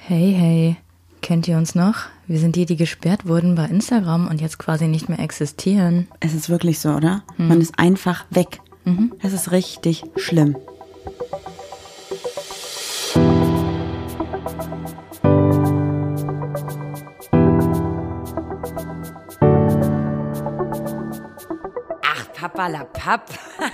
Hey, hey, kennt ihr uns noch? Wir sind die gesperrt wurden bei Instagram und jetzt quasi nicht mehr existieren. Es ist wirklich so, oder? Man ist einfach weg. Das ist richtig schlimm. Ach, Papperlapapp.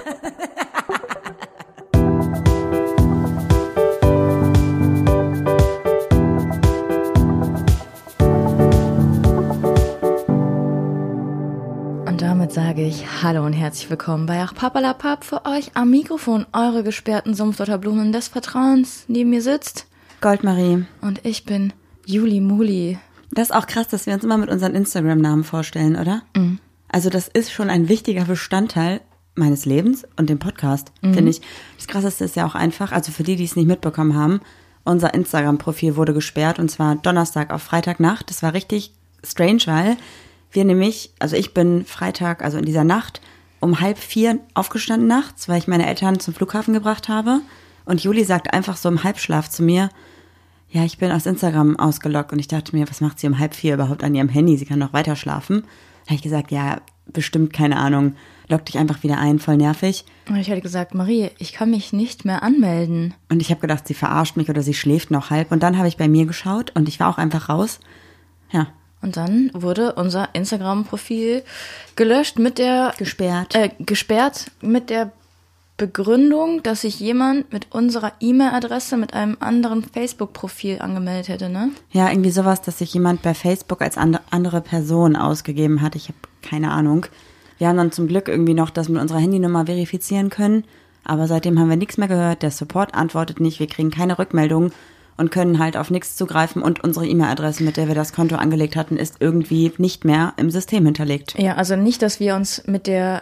Und damit sage ich Hallo und herzlich willkommen bei Ach Papperlapapp, für euch am Mikrofon, eure gesperrten Sumpfdotterblumen des Vertrauens. Neben mir sitzt Goldmarie. und ich bin Juli Muli. Das ist auch krass, dass wir uns immer mit unseren Instagram-Namen vorstellen, oder? Also das ist schon ein wichtiger Bestandteil meines Lebens und dem Podcast, finde ich. Das Krasseste ist ja auch einfach, also für die es nicht mitbekommen haben, unser Instagram-Profil wurde gesperrt und zwar Donnerstag auf Freitagnacht. Das war richtig strange, weil wir nämlich, also ich bin Freitag, also in dieser Nacht, um 3:30 aufgestanden nachts, weil ich meine Eltern zum Flughafen gebracht habe. Und Juli sagt einfach so im Halbschlaf zu mir, ja, ich bin aus Instagram ausgeloggt. Und ich dachte mir, was macht sie um 3:30 überhaupt an ihrem Handy? Sie kann doch weiter schlafen. Da habe ich gesagt, ja, bestimmt, keine Ahnung. Log dich einfach wieder ein, voll nervig. Und ich hatte gesagt, Marie, ich kann mich nicht mehr anmelden. Und ich habe gedacht, sie verarscht mich oder sie schläft noch halb. Und dann habe ich bei mir geschaut und ich war auch einfach raus. Ja. Und dann wurde unser Instagram-Profil gelöscht mit der... gesperrt mit der Begründung, dass sich jemand mit unserer E-Mail-Adresse mit einem anderen Facebook-Profil angemeldet hätte, ne? Ja, irgendwie sowas, dass sich jemand bei Facebook als andere Person ausgegeben hat. Ich habe keine Ahnung. Wir haben dann zum Glück irgendwie noch das mit unserer Handynummer verifizieren können. Aber seitdem haben wir nichts mehr gehört. Der Support antwortet nicht. Wir kriegen keine Rückmeldung und können halt auf nichts zugreifen. Und unsere E-Mail-Adresse, mit der wir das Konto angelegt hatten, ist irgendwie nicht mehr im System hinterlegt. Ja, also nicht, dass wir uns mit der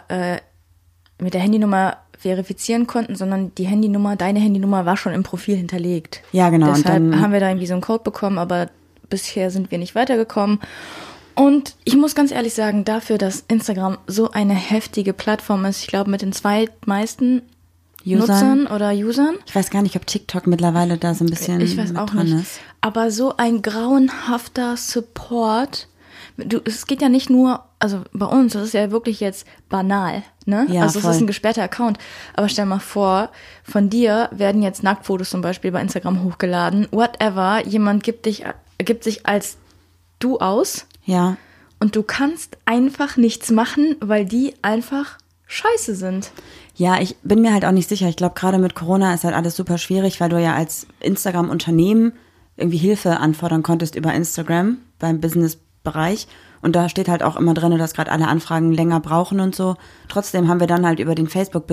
Handynummer verifizieren konnten, sondern deine Handynummer war schon im Profil hinterlegt. Ja, genau. Deshalb und dann haben wir da irgendwie so einen Code bekommen, aber bisher sind wir nicht weitergekommen. Und ich muss ganz ehrlich sagen, dafür, dass Instagram so eine heftige Plattform ist, ich glaube mit den zweitmeisten Nutzern oder Usern. Ich weiß gar nicht, ob TikTok mittlerweile da so ein bisschen Ich weiß mit auch dran nicht. ist. Aber so ein grauenhafter Support. Es geht ja nicht nur, also bei uns, das ist ja wirklich jetzt banal, ne? Ja, also voll. es ist ein gesperrter Account. Aber stell mal vor, von dir werden jetzt Nacktfotos zum Beispiel bei Instagram hochgeladen. Whatever, jemand gibt sich als du aus Ja. und du kannst einfach nichts machen, weil die einfach scheiße sind. Ja, ich bin mir halt auch nicht sicher. Ich glaube, gerade mit Corona ist halt alles super schwierig, weil du ja als Instagram-Unternehmen irgendwie Hilfe anfordern konntest über Instagram beim Business-Bereich. Und da steht halt auch immer drin, dass gerade alle Anfragen länger brauchen und so. Trotzdem haben wir dann halt über den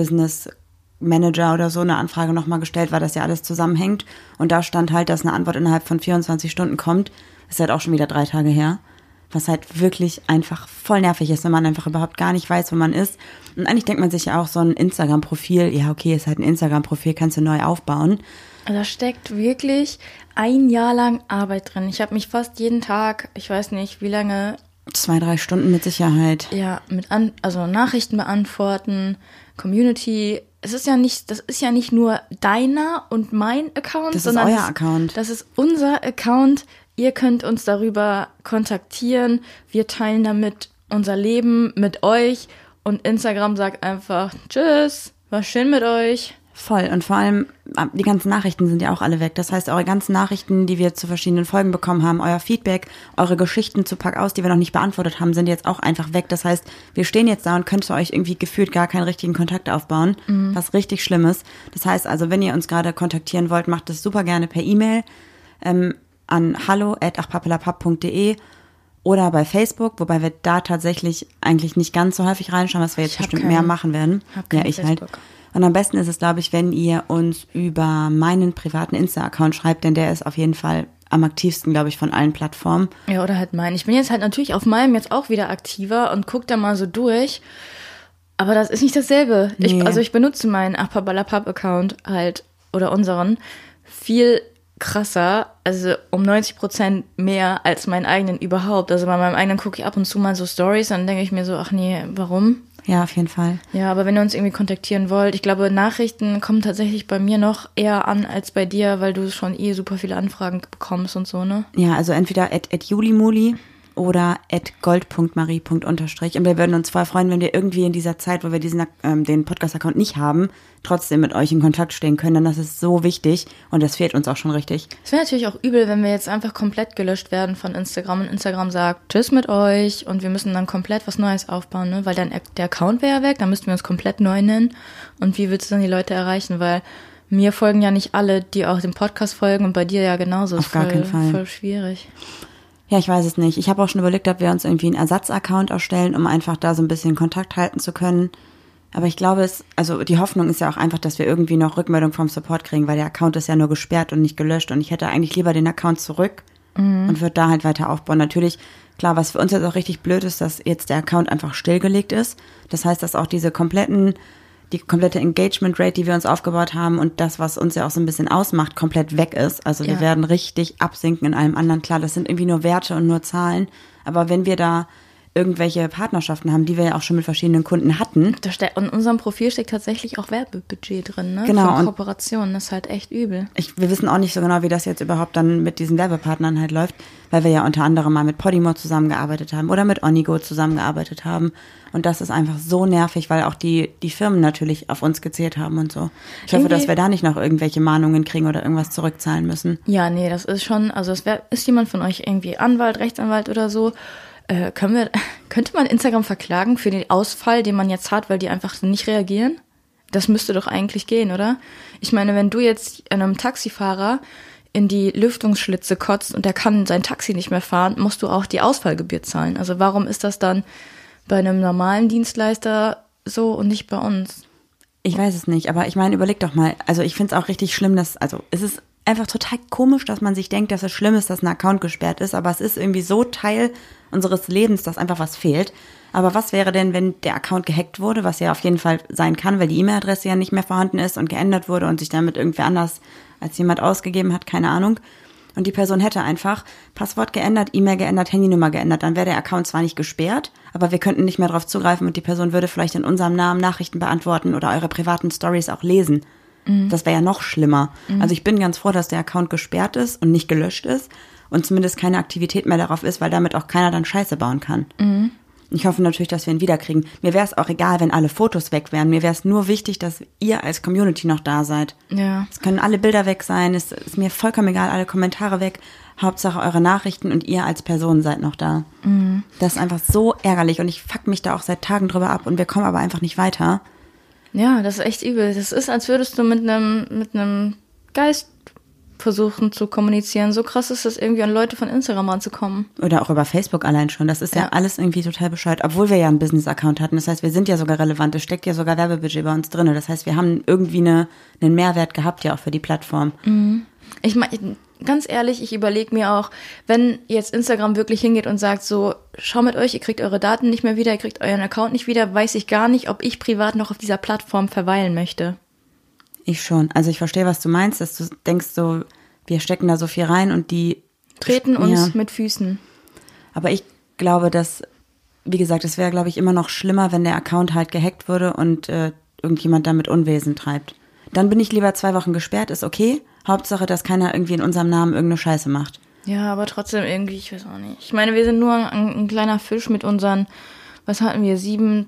Facebook-Business-Manager oder so eine Anfrage nochmal gestellt, weil das ja alles zusammenhängt. Und da stand halt, dass eine Antwort innerhalb von 24 Stunden kommt. Ist halt auch schon wieder 3 Tage her. Was halt wirklich einfach voll nervig ist, wenn man einfach überhaupt gar nicht weiß, wo man ist. Und eigentlich denkt man sich ja auch, so ein Instagram-Profil, ja okay, ist halt ein Instagram-Profil, kannst du neu aufbauen. Da steckt wirklich ein Jahr lang Arbeit drin. Ich habe mich fast jeden Tag, ich weiß nicht wie lange, 2-3 Stunden mit Sicherheit. ja, also Nachrichten beantworten, Community. Das ist ja nicht nur deiner und mein Account, Das ist sondern euer Account. Das ist unser Account. Ihr könnt uns darüber kontaktieren. Wir teilen damit unser Leben mit euch. Und Instagram sagt einfach, tschüss, war schön mit euch. Voll. Und vor allem, die ganzen Nachrichten sind ja auch alle weg. Das heißt, eure ganzen Nachrichten, die wir zu verschiedenen Folgen bekommen haben, euer Feedback, eure Geschichten zu Pack aus, die wir noch nicht beantwortet haben, sind jetzt auch einfach weg. Das heißt, wir stehen jetzt da und können zu euch irgendwie gefühlt gar keinen richtigen Kontakt aufbauen, was richtig schlimm ist. Das heißt also, wenn ihr uns gerade kontaktieren wollt, macht das super gerne per E-Mail an hallo@achpapperlapapp.de oder bei Facebook, wobei wir da tatsächlich eigentlich nicht ganz so häufig reinschauen, was wir jetzt Ich hab bestimmt keinen- mehr machen werden. hab kein Ja, ich halt. Facebook. Und am besten ist es, glaube ich, wenn ihr uns über meinen privaten Insta-Account schreibt, denn der ist auf jeden Fall am aktivsten, glaube ich, von allen Plattformen. Ja, oder halt meinen. Ich bin jetzt halt natürlich auf meinem jetzt auch wieder aktiver und guck da mal so durch. Aber das ist nicht dasselbe. Nee. Ich benutze meinen Ach Papperlapapp-Account halt, oder unseren, viel krasser, also um 90% mehr als meinen eigenen überhaupt. Also bei meinem eigenen gucke ich ab und zu mal so Stories, dann denke ich mir so, ach nee, warum? Ja, auf jeden Fall. Ja, aber wenn ihr uns irgendwie kontaktieren wollt, ich glaube, Nachrichten kommen tatsächlich bei mir noch eher an als bei dir, weil du schon super viele Anfragen bekommst und so, ne? Ja, also entweder @julimuli oder @gold.marie. Und wir würden uns voll freuen, wenn wir irgendwie in dieser Zeit, wo wir den Podcast-Account nicht haben, trotzdem mit euch in Kontakt stehen können, denn das ist so wichtig und das fehlt uns auch schon richtig. Es wäre natürlich auch übel, wenn wir jetzt einfach komplett gelöscht werden von Instagram und Instagram sagt, tschüss mit euch und wir müssen dann komplett was Neues aufbauen, ne? Weil dann der Account wäre ja weg, dann müssten wir uns komplett neu nennen und wie willst du dann die Leute erreichen, weil mir folgen ja nicht alle, die auch dem Podcast folgen und bei dir ja genauso. Auf gar keinen Fall. Voll schwierig. Ja, ich weiß es nicht. Ich habe auch schon überlegt, ob wir uns irgendwie einen Ersatzaccount erstellen, um einfach da so ein bisschen Kontakt halten zu können. Aber ich glaube, die Hoffnung ist ja auch einfach, dass wir irgendwie noch Rückmeldung vom Support kriegen, weil der Account ist ja nur gesperrt und nicht gelöscht. Und ich hätte eigentlich lieber den Account zurück und würde da halt weiter aufbauen. Natürlich, klar, was für uns jetzt auch richtig blöd ist, dass jetzt der Account einfach stillgelegt ist. Das heißt, dass auch die komplette Engagement Rate, die wir uns aufgebaut haben und das, was uns ja auch so ein bisschen ausmacht, komplett weg ist. Also wir werden richtig absinken in allem anderen. Klar, das sind irgendwie nur Werte und nur Zahlen. Aber wenn wir da irgendwelche Partnerschaften haben, die wir ja auch schon mit verschiedenen Kunden hatten. In unserem Profil steckt tatsächlich auch Werbebudget drin, ne? Genau. Für Kooperationen, das ist halt echt übel. Wir wissen auch nicht so genau, wie das jetzt überhaupt dann mit diesen Werbepartnern halt läuft, weil wir ja unter anderem mal mit Podimo zusammengearbeitet haben oder mit Onigo zusammengearbeitet haben. Und das ist einfach so nervig, weil auch die Firmen natürlich auf uns gezählt haben und so. Ich hoffe, dass wir da nicht noch irgendwelche Mahnungen kriegen oder irgendwas zurückzahlen müssen. Ja, nee, das ist schon, also ist jemand von euch irgendwie Anwalt, Rechtsanwalt oder so? Könnte man Instagram verklagen für den Ausfall, den man jetzt hat, weil die einfach nicht reagieren? Das müsste doch eigentlich gehen, oder? Ich meine, wenn du jetzt einem Taxifahrer in die Lüftungsschlitze kotzt und der kann sein Taxi nicht mehr fahren, musst du auch die Ausfallgebühr zahlen. Also warum ist das dann bei einem normalen Dienstleister so und nicht bei uns? Ich weiß es nicht, aber ich meine, überleg doch mal. Also ich finde es auch richtig schlimm, es ist einfach total komisch, dass man sich denkt, dass es schlimm ist, dass ein Account gesperrt ist, aber es ist irgendwie so Teil unseres Lebens, dass einfach was fehlt. Aber was wäre denn, wenn der Account gehackt wurde, was ja auf jeden Fall sein kann, weil die E-Mail-Adresse ja nicht mehr vorhanden ist und geändert wurde und sich damit irgendwer anders als jemand ausgegeben hat, keine Ahnung. Und die Person hätte einfach Passwort geändert, E-Mail geändert, Handynummer geändert. Dann wäre der Account zwar nicht gesperrt, aber wir könnten nicht mehr darauf zugreifen und die Person würde vielleicht in unserem Namen Nachrichten beantworten oder eure privaten Stories auch lesen. Das wäre ja noch schlimmer. Also ich bin ganz froh, dass der Account gesperrt ist und nicht gelöscht ist und zumindest keine Aktivität mehr darauf ist, weil damit auch keiner dann Scheiße bauen kann. Ich hoffe natürlich, dass wir ihn wiederkriegen. Mir wäre es auch egal, wenn alle Fotos weg wären. Mir wäre es nur wichtig, dass ihr als Community noch da seid. Ja. Es können alle Bilder weg sein, es ist mir vollkommen egal, alle Kommentare weg. Hauptsache eure Nachrichten und ihr als Person seid noch da. Das ist einfach so ärgerlich und ich fuck mich da auch seit Tagen drüber ab und wir kommen aber einfach nicht weiter. Ja, das ist echt übel. Das ist, als würdest du mit einem Geist versuchen zu kommunizieren. So krass ist das irgendwie, an Leute von Instagram ranzukommen. Oder auch über Facebook allein schon. Das ist ja alles irgendwie total bescheuert. Obwohl wir ja einen Business-Account hatten. Das heißt, wir sind ja sogar relevant. Es steckt ja sogar Werbebudget bei uns drin. Das heißt, wir haben irgendwie einen Mehrwert gehabt ja auch für die Plattform. Ich meine, ganz ehrlich, ich überlege mir auch, wenn jetzt Instagram wirklich hingeht und sagt so, schau mit euch, ihr kriegt eure Daten nicht mehr wieder, ihr kriegt euren Account nicht wieder, weiß ich gar nicht, ob ich privat noch auf dieser Plattform verweilen möchte. Ich schon. Also ich verstehe, was du meinst, dass du denkst so, wir stecken da so viel rein und die treten uns mit Füßen. Aber ich glaube, dass, wie gesagt, es wäre, glaube ich, immer noch schlimmer, wenn der Account halt gehackt würde und irgendjemand damit Unwesen treibt. Dann bin ich lieber 2 Wochen gesperrt, ist okay. Hauptsache, dass keiner irgendwie in unserem Namen irgendeine Scheiße macht. Ja, aber trotzdem irgendwie, ich weiß auch nicht. Ich meine, wir sind nur ein kleiner Fisch mit unseren, was hatten wir,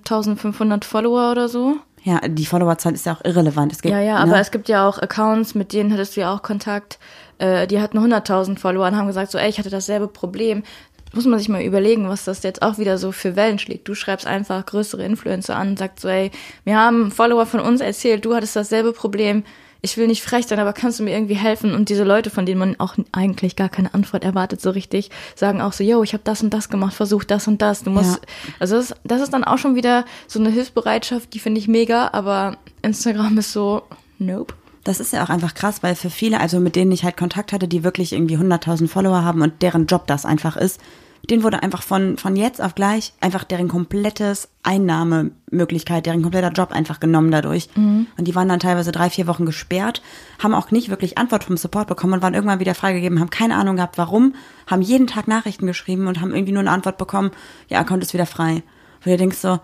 7.500 Follower oder so? Ja, die Followerzahl ist ja auch irrelevant. Es gibt, aber es gibt ja auch Accounts, mit denen hattest du ja auch Kontakt. Die hatten 100.000 Follower und haben gesagt so, ich hatte dasselbe Problem. Muss man sich mal überlegen, was das jetzt auch wieder so für Wellen schlägt. Du schreibst einfach größere Influencer an und sagst so, wir haben Follower von uns erzählt, du hattest dasselbe Problem. Ich will nicht frech sein, aber kannst du mir irgendwie helfen? Und diese Leute, von denen man auch eigentlich gar keine Antwort erwartet so richtig, sagen auch so, ich habe das und das gemacht, versuch das und das. Du musst, also das ist dann auch schon wieder so eine Hilfsbereitschaft, die finde ich mega, aber Instagram ist so, nope. Das ist ja auch einfach krass, weil für viele, also mit denen ich halt Kontakt hatte, die wirklich irgendwie 100.000 Follower haben und deren Job das einfach ist, denen wurde einfach von jetzt auf gleich einfach deren komplettes Einnahmemöglichkeit, deren kompletter Job einfach genommen dadurch. Und die waren dann teilweise 3-4 Wochen gesperrt, haben auch nicht wirklich Antwort vom Support bekommen und waren irgendwann wieder freigegeben, haben keine Ahnung gehabt, warum, haben jeden Tag Nachrichten geschrieben und haben irgendwie nur eine Antwort bekommen, Account ist wieder frei. Wo du denkst so,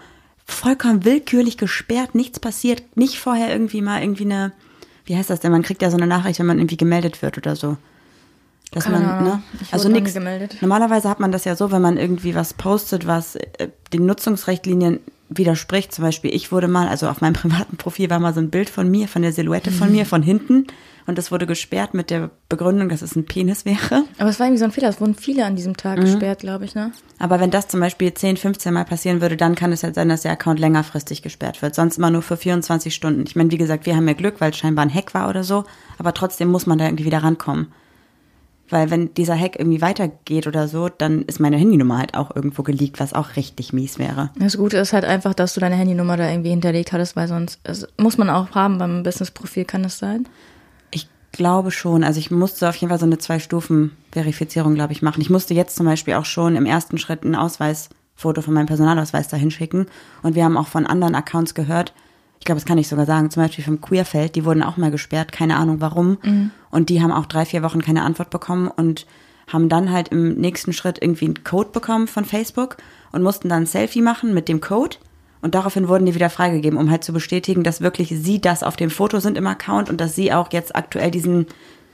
vollkommen willkürlich gesperrt, nichts passiert, nicht vorher irgendwie mal irgendwie eine, wie heißt das denn, man kriegt ja so eine Nachricht, wenn man irgendwie gemeldet wird oder so. Dass Keine man, Ahnung. ne? Ich Also wurde noch nichts. nie gemeldet. Normalerweise hat man das ja so, wenn man irgendwie was postet, was den Nutzungsrichtlinien widerspricht. Zum Beispiel, ich wurde mal, also auf meinem privaten Profil war mal so ein Bild von mir, von der Silhouette von mir, von hinten. Und das wurde gesperrt mit der Begründung, dass es ein Penis wäre. Aber es war irgendwie so ein Fehler. Es wurden viele an diesem Tag gesperrt, glaube ich, ne? Aber wenn das zum Beispiel 10, 15 Mal passieren würde, dann kann es halt sein, dass der Account längerfristig gesperrt wird. Sonst immer nur für 24 Stunden. Ich meine, wie gesagt, wir haben ja Glück, weil es scheinbar ein Hack war oder so. Aber trotzdem muss man da irgendwie wieder rankommen. Weil wenn dieser Hack irgendwie weitergeht oder so, dann ist meine Handynummer halt auch irgendwo geleakt, was auch richtig mies wäre. Das Gute ist halt einfach, dass du deine Handynummer da irgendwie hinterlegt hattest, weil sonst muss man auch haben beim Business-Profil, kann das sein? Ich glaube schon. Also ich musste auf jeden Fall so eine 2-Stufen-Verifizierung, glaube ich, machen. Ich musste jetzt zum Beispiel auch schon im ersten Schritt ein Ausweisfoto von meinem Personalausweis da hinschicken. Und wir haben auch von anderen Accounts gehört, ich glaube, das kann ich sogar sagen, zum Beispiel vom Queerfeld, die wurden auch mal gesperrt, keine Ahnung warum. Und die haben auch 3-4 Wochen keine Antwort bekommen und haben dann halt im nächsten Schritt irgendwie einen Code bekommen von Facebook und mussten dann ein Selfie machen mit dem Code. Und daraufhin wurden die wieder freigegeben, um halt zu bestätigen, dass wirklich sie das auf dem Foto sind im Account und dass sie auch jetzt aktuell diesen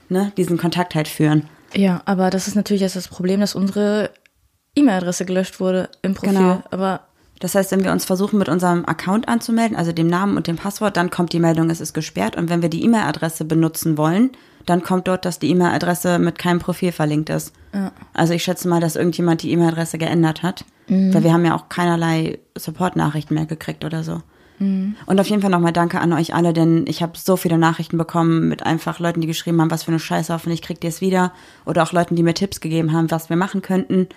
Kontakt halt führen. Ja, aber das ist natürlich jetzt das Problem, dass unsere E-Mail-Adresse gelöscht wurde im Profil. Genau. Aber Das heißt, wenn wir uns versuchen, mit unserem Account anzumelden, also dem Namen und dem Passwort, dann kommt die Meldung, es ist gesperrt. Und wenn wir die E-Mail-Adresse benutzen wollen, dann kommt dort, dass die E-Mail-Adresse mit keinem Profil verlinkt ist. Ja. Also ich schätze mal, dass irgendjemand die E-Mail-Adresse geändert hat. Weil wir haben ja auch keinerlei Support-Nachrichten mehr gekriegt oder so. Und auf jeden Fall nochmal danke an euch alle, denn ich habe so viele Nachrichten bekommen mit einfach Leuten, die geschrieben haben, was für eine Scheiße, hoffentlich kriegt ihr es wieder. Oder auch Leuten, die mir Tipps gegeben haben, was wir machen könnten.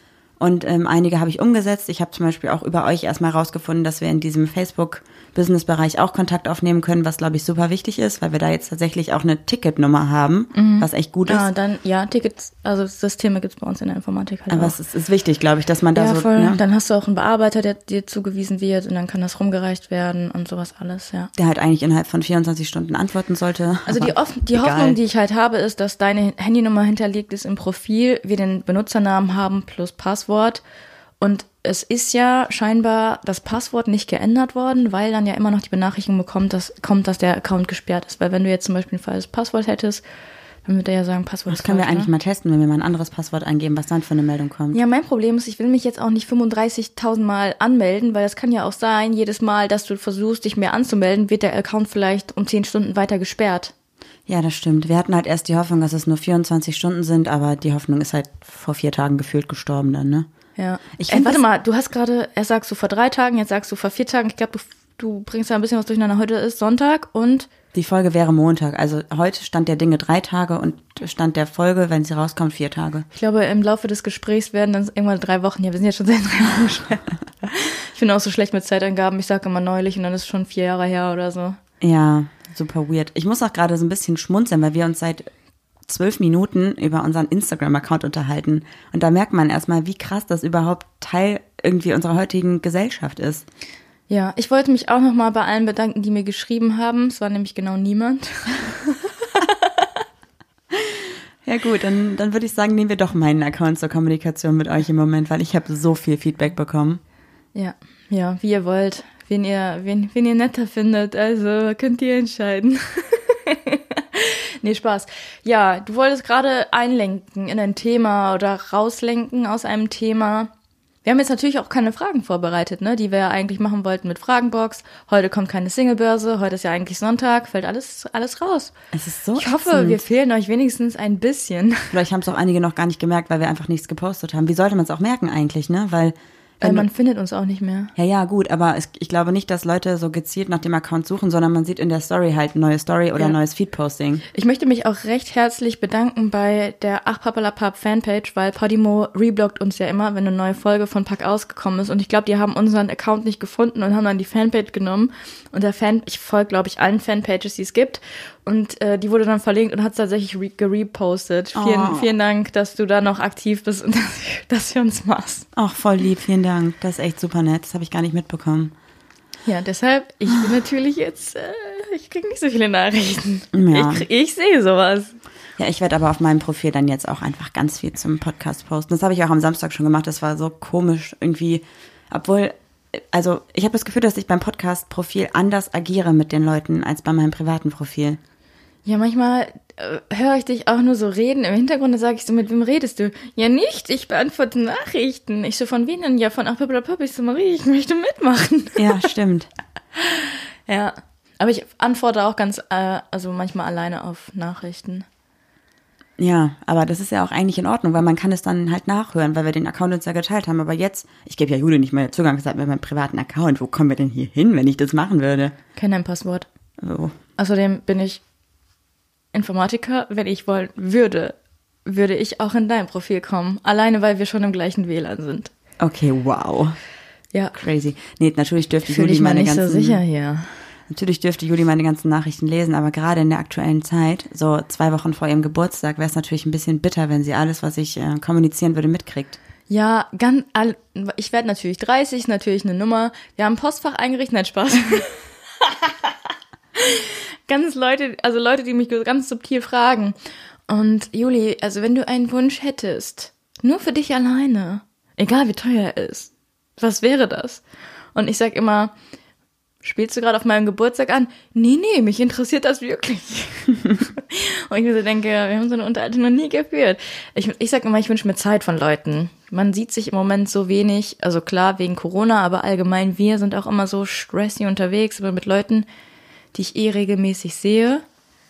Und einige habe ich umgesetzt. Ich habe zum Beispiel auch über euch erstmal rausgefunden, dass wir in diesem Facebook-Business-Bereich auch Kontakt aufnehmen können, was, glaube ich, super wichtig ist, weil wir da jetzt tatsächlich auch eine Ticketnummer haben, was echt gut ist. Tickets, also Systeme gibt's bei uns in der Informatik halt Aber auch. es ist wichtig, glaube ich, dass man da Ja, so... voll. Ne, Dann hast du auch einen Bearbeiter, der dir zugewiesen wird und dann kann das rumgereicht werden und sowas alles, ja. der halt eigentlich innerhalb von 24 Stunden antworten sollte. Also Aber die egal. Hoffnung, die ich halt habe, ist, dass deine Handynummer hinterlegt ist im Profil, wir den Benutzernamen haben plus Passwort. Und es ist ja scheinbar das Passwort nicht geändert worden, weil dann ja immer noch die Benachrichtigung kommt, dass der Account gesperrt ist. Weil wenn du jetzt zum Beispiel ein falsches Passwort hättest, dann würde er ja sagen, Passwort Das ist können wir falsch, eigentlich mal testen, wenn wir mal ein anderes Passwort eingeben, was dann für eine Meldung kommt. Ja, mein Problem ist, ich will mich jetzt auch nicht 35.000 Mal anmelden, weil das kann ja auch sein, jedes Mal, dass du versuchst, dich mehr anzumelden, wird der Account vielleicht um 10 Stunden weiter gesperrt. Ja, das stimmt. Wir hatten halt erst die Hoffnung, dass es nur 24 Stunden sind, aber die Hoffnung ist halt vor 4 Tagen gefühlt gestorben dann, ne? Ja. Warte Warte mal, du hast gerade, erst sagst du vor 3 Tagen, jetzt sagst du vor 4 Tagen. Ich glaube, du bringst da ein bisschen was durcheinander. Heute ist Sonntag und Die Folge wäre Montag. Also heute Stand der Dinge 3 Tage und Stand der Folge, wenn sie rauskommt, 4 Tage. ich glaube, im Laufe des Gesprächs werden dann irgendwann 3 Wochen. Ja, wir sind jetzt schon seit 3 Wochen schwer. Ich bin auch so schlecht mit Zeitangaben. Ich sage immer neulich und dann ist es schon 4 Jahre her oder so. Ja, super weird. Ich muss auch gerade so ein bisschen schmunzeln, weil wir uns seit 12 Minuten über unseren Instagram-Account unterhalten. Und da merkt man erstmal, wie krass das überhaupt Teil irgendwie unserer heutigen Gesellschaft ist. Ja, ich wollte mich auch nochmal bei allen bedanken, die mir geschrieben haben. Es war nämlich genau niemand. Ja gut, dann würde ich sagen, nehmen wir doch meinen Account zur Kommunikation mit euch im Moment, weil ich habe so viel Feedback bekommen. Ja, wie ihr wollt. Wen ihr netter findet, also könnt ihr entscheiden. Nee, Spaß. Ja, du wolltest gerade einlenken in ein Thema oder rauslenken aus einem Thema. Wir haben jetzt natürlich auch keine Fragen vorbereitet, ne, die wir ja eigentlich machen wollten mit Fragenbox. Heute kommt keine Singlebörse, heute ist ja eigentlich Sonntag, fällt alles raus. Es ist so Ich hoffe, ätzend. wir fehlen euch wenigstens ein bisschen. Vielleicht haben es auch einige noch gar nicht gemerkt, weil wir einfach nichts gepostet haben. Wie sollte man es auch merken eigentlich, ne? Weil Man findet uns auch nicht mehr. Ja, gut, aber ich glaube nicht, dass Leute so gezielt nach dem Account suchen, sondern man sieht in der Story halt eine neue Story oder ein neues Feed-Posting. Ich möchte mich auch recht herzlich bedanken bei der Ach Papalapap Fanpage, weil Podimo rebloggt uns ja immer, wenn eine neue Folge von Pack ausgekommen ist. Und ich glaube, die haben unseren Account nicht gefunden und haben dann die Fanpage genommen. Und ich folge, glaube ich, allen Fanpages, die es gibt. Und die wurde dann verlinkt und hat es tatsächlich gerepostet. Vielen Dank, dass du da noch aktiv bist und dass wir uns machst. Ach, voll lieb, vielen Dank. Das ist echt super nett. Das habe ich gar nicht mitbekommen. Ja, deshalb, ich bin natürlich jetzt, ich kriege nicht so viele Nachrichten. Ja. Ich sehe sowas. Ja, ich werde aber auf meinem Profil dann jetzt auch einfach ganz viel zum Podcast posten. Das habe ich auch am Samstag schon gemacht. Das war so komisch irgendwie, obwohl also ich habe das Gefühl, dass ich beim Podcast-Profil anders agiere mit den Leuten als bei meinem privaten Profil. Ja, manchmal höre ich dich auch nur so reden im Hintergrund, da sage ich so, mit wem redest du? Ja, nicht, ich beantworte Nachrichten. Ich so, von wem denn? Ja, von Ach, Pappalapapp. Ich so, Marie, ich möchte mitmachen. Ja, stimmt. Ja, aber ich antworte auch also manchmal alleine auf Nachrichten. Ja, aber das ist ja auch eigentlich in Ordnung, weil man kann es dann halt nachhören, weil wir den Account uns ja geteilt haben. Aber jetzt, ich gebe ja Jule nicht mehr Zugangsdaten mit meinem privaten Account. Wo kommen wir denn hier hin, wenn ich das machen würde? Kenn dein Passwort. So. Außerdem bin ich Informatiker. Wenn ich wollen würde ich auch in dein Profil kommen. Alleine, weil wir schon im gleichen WLAN sind. Okay, wow. Ja. Crazy. Nee, natürlich dürfte Fühl Juli dich mal meine nicht ganzen... so sicher hier. Natürlich dürfte Juli meine ganzen Nachrichten lesen, aber gerade in der aktuellen Zeit, so 2 Wochen vor ihrem Geburtstag, wäre es natürlich ein bisschen bitter, wenn sie alles, was ich kommunizieren würde, mitkriegt. Ja, ich werde natürlich 30, natürlich eine Nummer. Wir haben ein Postfach eingerichtet, nein, Spaß. Leute, die mich ganz subtil fragen. Und Juli, also wenn du einen Wunsch hättest, nur für dich alleine, egal wie teuer er ist, was wäre das? Und ich sag immer, spielst du gerade auf meinem Geburtstag an? Nee, mich interessiert das wirklich. Und ich mir so denke, wir haben so eine Unterhaltung noch nie geführt. Ich sag immer, ich wünsche mir Zeit von Leuten. Man sieht sich im Moment so wenig, also klar wegen Corona, aber allgemein wir sind auch immer so stressy unterwegs, aber mit Leuten, die ich regelmäßig sehe,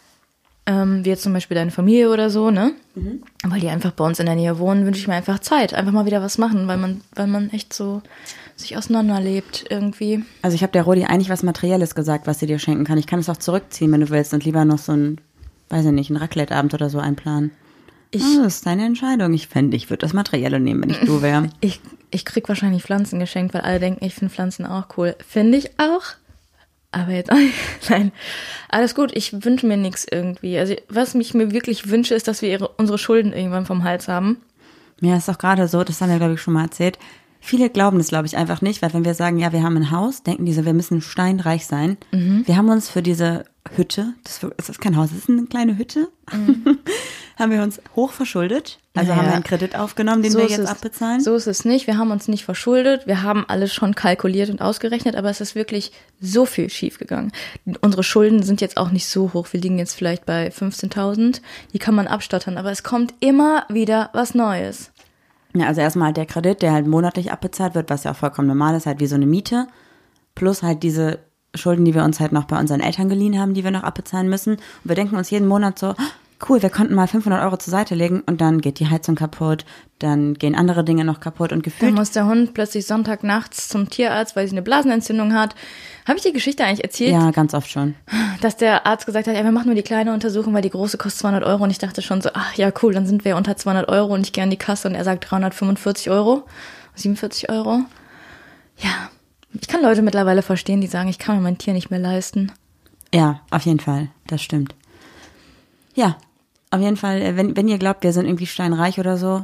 wie jetzt zum Beispiel deine Familie oder so, ne? Mhm. Weil die einfach bei uns in der Nähe wohnen, wünsche ich mir einfach Zeit, einfach mal wieder was machen, weil man echt so sich auseinanderlebt irgendwie. Also ich habe der Rodi eigentlich was Materielles gesagt, was sie dir schenken kann. Ich kann es auch zurückziehen, wenn du willst und lieber noch so ein, weiß ich nicht, ein Raclette-Abend oder so einplanen. Das ist deine Entscheidung. Ich würde das Materielle nehmen, wenn ich du wäre. Ich krieg wahrscheinlich Pflanzen geschenkt, weil alle denken, ich finde Pflanzen auch cool. Finde ich auch. Aber jetzt auch nicht. Nein, alles gut. Ich wünsche mir nichts irgendwie. Also was ich mir wirklich wünsche, ist, dass wir unsere Schulden irgendwann vom Hals haben. Ja, ist doch gerade so, das haben wir, glaube ich, schon mal erzählt. Viele glauben das, glaube ich, einfach nicht, weil wenn wir sagen, ja, wir haben ein Haus, denken die so, wir müssen steinreich sein. Mhm. Wir haben uns für diese Hütte, das ist kein Haus, das ist eine kleine Hütte, haben wir uns hoch verschuldet. Also haben wir einen Kredit aufgenommen, den wir jetzt abbezahlen. So ist es nicht. Wir haben uns nicht verschuldet. Wir haben alles schon kalkuliert und ausgerechnet, aber es ist wirklich so viel schiefgegangen. Unsere Schulden sind jetzt auch nicht so hoch. Wir liegen jetzt vielleicht bei 15.000. Die kann man abstottern, aber es kommt immer wieder was Neues. Ja, also erstmal halt der Kredit, der halt monatlich abbezahlt wird, was ja auch vollkommen normal ist, halt wie so eine Miete. Plus halt diese Schulden, die wir uns halt noch bei unseren Eltern geliehen haben, die wir noch abbezahlen müssen. Und wir denken uns jeden Monat so, cool, wir konnten mal 500 Euro zur Seite legen und dann geht die Heizung kaputt, dann gehen andere Dinge noch kaputt und gefühlt. Dann muss der Hund plötzlich Sonntagnachts zum Tierarzt, weil sie eine Blasenentzündung hat. Habe ich die Geschichte eigentlich erzählt? Ja, ganz oft schon. Dass der Arzt gesagt hat, ja, wir machen nur die kleine Untersuchung, weil die große kostet 200 Euro. Und ich dachte schon so, ach ja, cool, dann sind wir unter 200 Euro und ich gehe an die Kasse und er sagt 345 Euro, 47 Euro. Ja, ich kann Leute mittlerweile verstehen, die sagen, ich kann mir mein Tier nicht mehr leisten. Ja, auf jeden Fall, das stimmt. Ja, auf jeden Fall, wenn ihr glaubt, wir sind irgendwie steinreich oder so,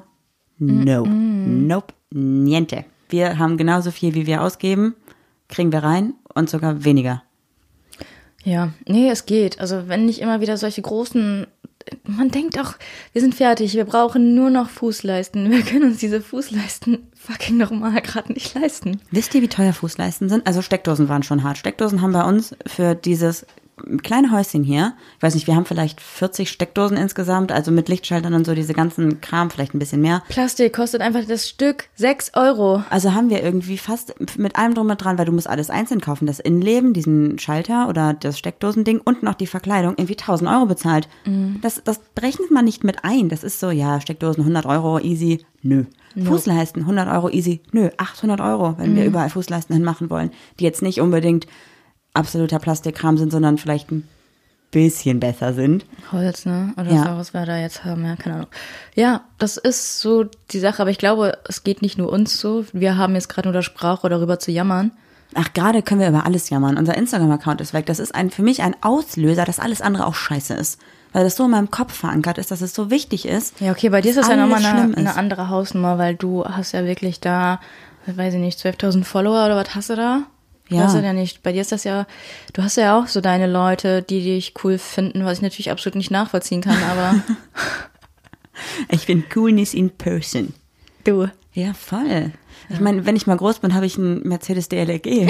nope, niente. Wir haben genauso viel, wie wir ausgeben, kriegen wir rein und sogar weniger. Ja, nee, es geht. Also wenn nicht immer wieder solche großen, man denkt auch, wir sind fertig, wir brauchen nur noch Fußleisten. Wir können uns diese Fußleisten fucking normal gerade nicht leisten. Wisst ihr, wie teuer Fußleisten sind? Also Steckdosen waren schon hart. Steckdosen haben bei uns für dieses kleine Häuschen hier, ich weiß nicht, wir haben vielleicht 40 Steckdosen insgesamt, also mit Lichtschaltern und so, diese ganzen Kram, vielleicht ein bisschen mehr. Plastik kostet einfach das Stück 6 Euro. Also haben wir irgendwie fast mit allem drum und dran, weil du musst alles einzeln kaufen, das Innenleben, diesen Schalter oder das Steckdosending und noch die Verkleidung, irgendwie 1.000 Euro bezahlt. Mhm. Das berechnet man nicht mit ein. Das ist so, ja, Steckdosen 100 Euro, easy, nö. Nope. Fußleisten 100 Euro, easy, nö. 800 Euro, wenn wir überall Fußleisten hinmachen wollen, die jetzt nicht unbedingt absoluter Plastikkram sind, sondern vielleicht ein bisschen besser sind. Holz, ne? Oder so, was wir da jetzt haben, ja, keine Ahnung. Ja, das ist so die Sache, aber ich glaube, es geht nicht nur uns so. Wir haben jetzt gerade nur das Sprachrohr, darüber zu jammern. Ach, gerade können wir über alles jammern. Unser Instagram-Account ist weg. Das ist für mich ein Auslöser, dass alles andere auch scheiße ist. Weil das so in meinem Kopf verankert ist, dass es so wichtig ist. Ja, okay, bei dir ist das ja nochmal eine andere Hausnummer, weil du hast ja wirklich da, weiß ich nicht, 12.000 Follower oder was hast du da? Ja. Weißt du ja nicht. Bei dir ist das ja, du hast ja auch so deine Leute, die dich cool finden, was ich natürlich absolut nicht nachvollziehen kann, aber. Ich finde Coolness in person. Du. Ja, voll. Ich meine, wenn ich mal groß bin, habe ich einen Mercedes DLRG.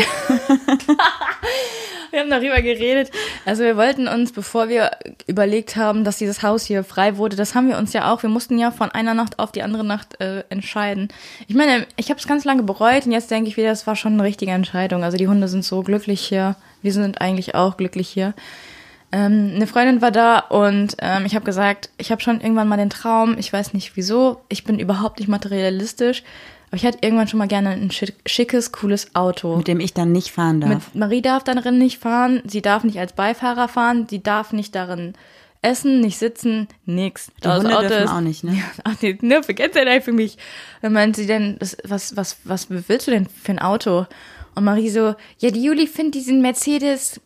Wir haben darüber geredet. Also wir wollten uns, bevor wir überlegt haben, dass dieses Haus hier frei wurde, das haben wir uns ja auch, wir mussten ja von einer Nacht auf die andere Nacht entscheiden. Ich meine, ich habe es ganz lange bereut und jetzt denke ich wieder, das war schon eine richtige Entscheidung. Also die Hunde sind so glücklich hier, wir sind eigentlich auch glücklich hier. Eine Freundin war da und ich habe gesagt, ich habe schon irgendwann mal den Traum, ich weiß nicht wieso, ich bin überhaupt nicht materialistisch, aber ich hätte irgendwann schon mal gerne ein schickes, cooles Auto. Mit dem ich dann nicht fahren darf. Marie darf darin nicht fahren, sie darf nicht als Beifahrer fahren, sie darf nicht darin essen, nicht sitzen, nix. Die Hunde dürfen auch nicht, ne? Ja, ach nee, ne, vergesst ja für mich. Dann meint sie denn, was willst du denn für ein Auto? Und Marie so, ja, die Juli findet diesen Mercedes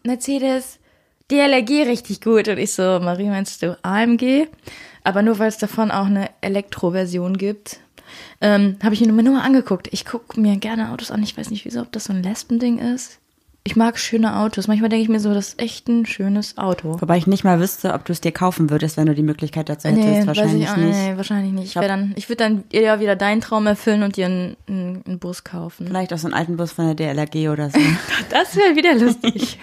DLRG richtig gut. Und ich so, Marie, meinst du AMG? Aber nur, weil es davon auch eine Elektroversion gibt. Habe ich mir nur mal angeguckt. Ich gucke mir gerne Autos an. Ich weiß nicht, wieso, ob das so ein Lesbending ist. Ich mag schöne Autos. Manchmal denke ich mir so, das ist echt ein schönes Auto. Wobei ich nicht mal wüsste, ob du es dir kaufen würdest, wenn du die Möglichkeit dazu hättest. Wahrscheinlich nicht. Nee, wahrscheinlich nicht. Ich würde dann eher wieder deinen Traum erfüllen und dir einen Bus kaufen. Vielleicht auch so einen alten Bus von der DLRG oder so. Das wäre wieder lustig.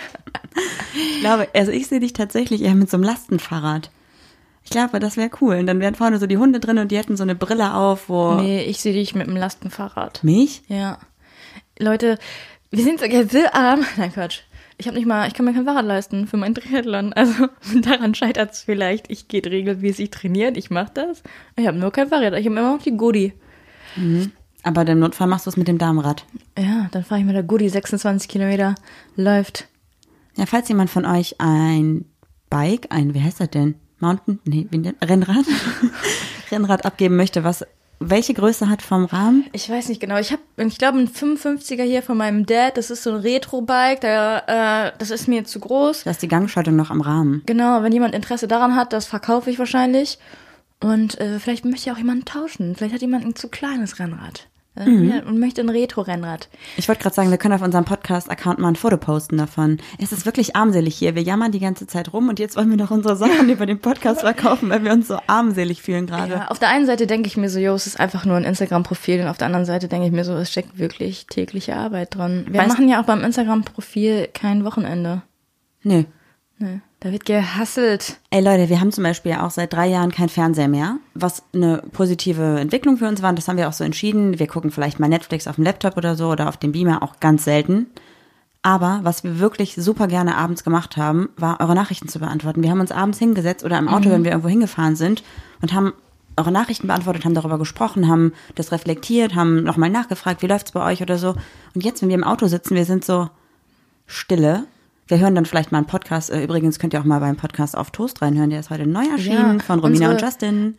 Ich glaube, also ich sehe dich tatsächlich eher mit so einem Lastenfahrrad. Ich glaube, das wäre cool. Und dann wären vorne so die Hunde drin und die hätten so eine Brille auf, wo... Nee, ich sehe dich mit einem Lastenfahrrad. Mich? Ja. Leute, wir sind sogar so arm. Nein, Quatsch. Ich kann mir kein Fahrrad leisten für meinen Triathlon. Also daran scheitert es vielleicht. Ich gehe regelmäßig trainieren, ich mache das. Ich habe nur kein Fahrrad, ich habe immer noch die Goodie. Mhm. Aber im Notfall machst du es mit dem Damenrad. Ja, dann fahre ich mit der Goodie 26 Kilometer. Läuft. Ja, falls jemand von euch ein Bike, wie heißt das denn? Rennrad? Rennrad abgeben möchte, welche Größe hat vom Rahmen? Ich weiß nicht genau. Ich glaube, ein 55er hier von meinem Dad. Das ist so ein Retro-Bike. Das ist mir zu groß. Da ist die Gangschaltung noch am Rahmen. Genau, wenn jemand Interesse daran hat, das verkaufe ich wahrscheinlich. Und vielleicht möchte ja auch jemand tauschen. Vielleicht hat jemand ein zu kleines Rennrad. Und möchte ein Retro-Rennrad. Ich wollte gerade sagen, wir können auf unserem Podcast-Account mal ein Foto posten davon. Es ist wirklich armselig hier. Wir jammern die ganze Zeit rum und jetzt wollen wir noch unsere Sachen über den Podcast verkaufen, weil wir uns so armselig fühlen gerade. Ja, auf der einen Seite denke ich mir so, es ist einfach nur ein Instagram-Profil und auf der anderen Seite denke ich mir so, es steckt wirklich tägliche Arbeit dran. Wir machen ja auch beim Instagram-Profil kein Wochenende. Nee. Da wird gehasselt. Ey Leute, wir haben zum Beispiel auch seit 3 Jahren kein Fernseher mehr, was eine positive Entwicklung für uns war. Und das haben wir auch so entschieden. Wir gucken vielleicht mal Netflix auf dem Laptop oder so oder auf dem Beamer, auch ganz selten. Aber was wir wirklich super gerne abends gemacht haben, war eure Nachrichten zu beantworten. Wir haben uns abends hingesetzt oder im Auto, wenn wir irgendwo hingefahren sind und haben eure Nachrichten beantwortet, haben darüber gesprochen, haben das reflektiert, haben nochmal nachgefragt, wie läuft's bei euch oder so. Und jetzt, wenn wir im Auto sitzen, wir sind so Stille. Wir hören dann vielleicht mal einen Podcast. Übrigens könnt ihr auch mal beim Podcast auf Toast reinhören. Der ist heute neu erschienen von Romina und Justin.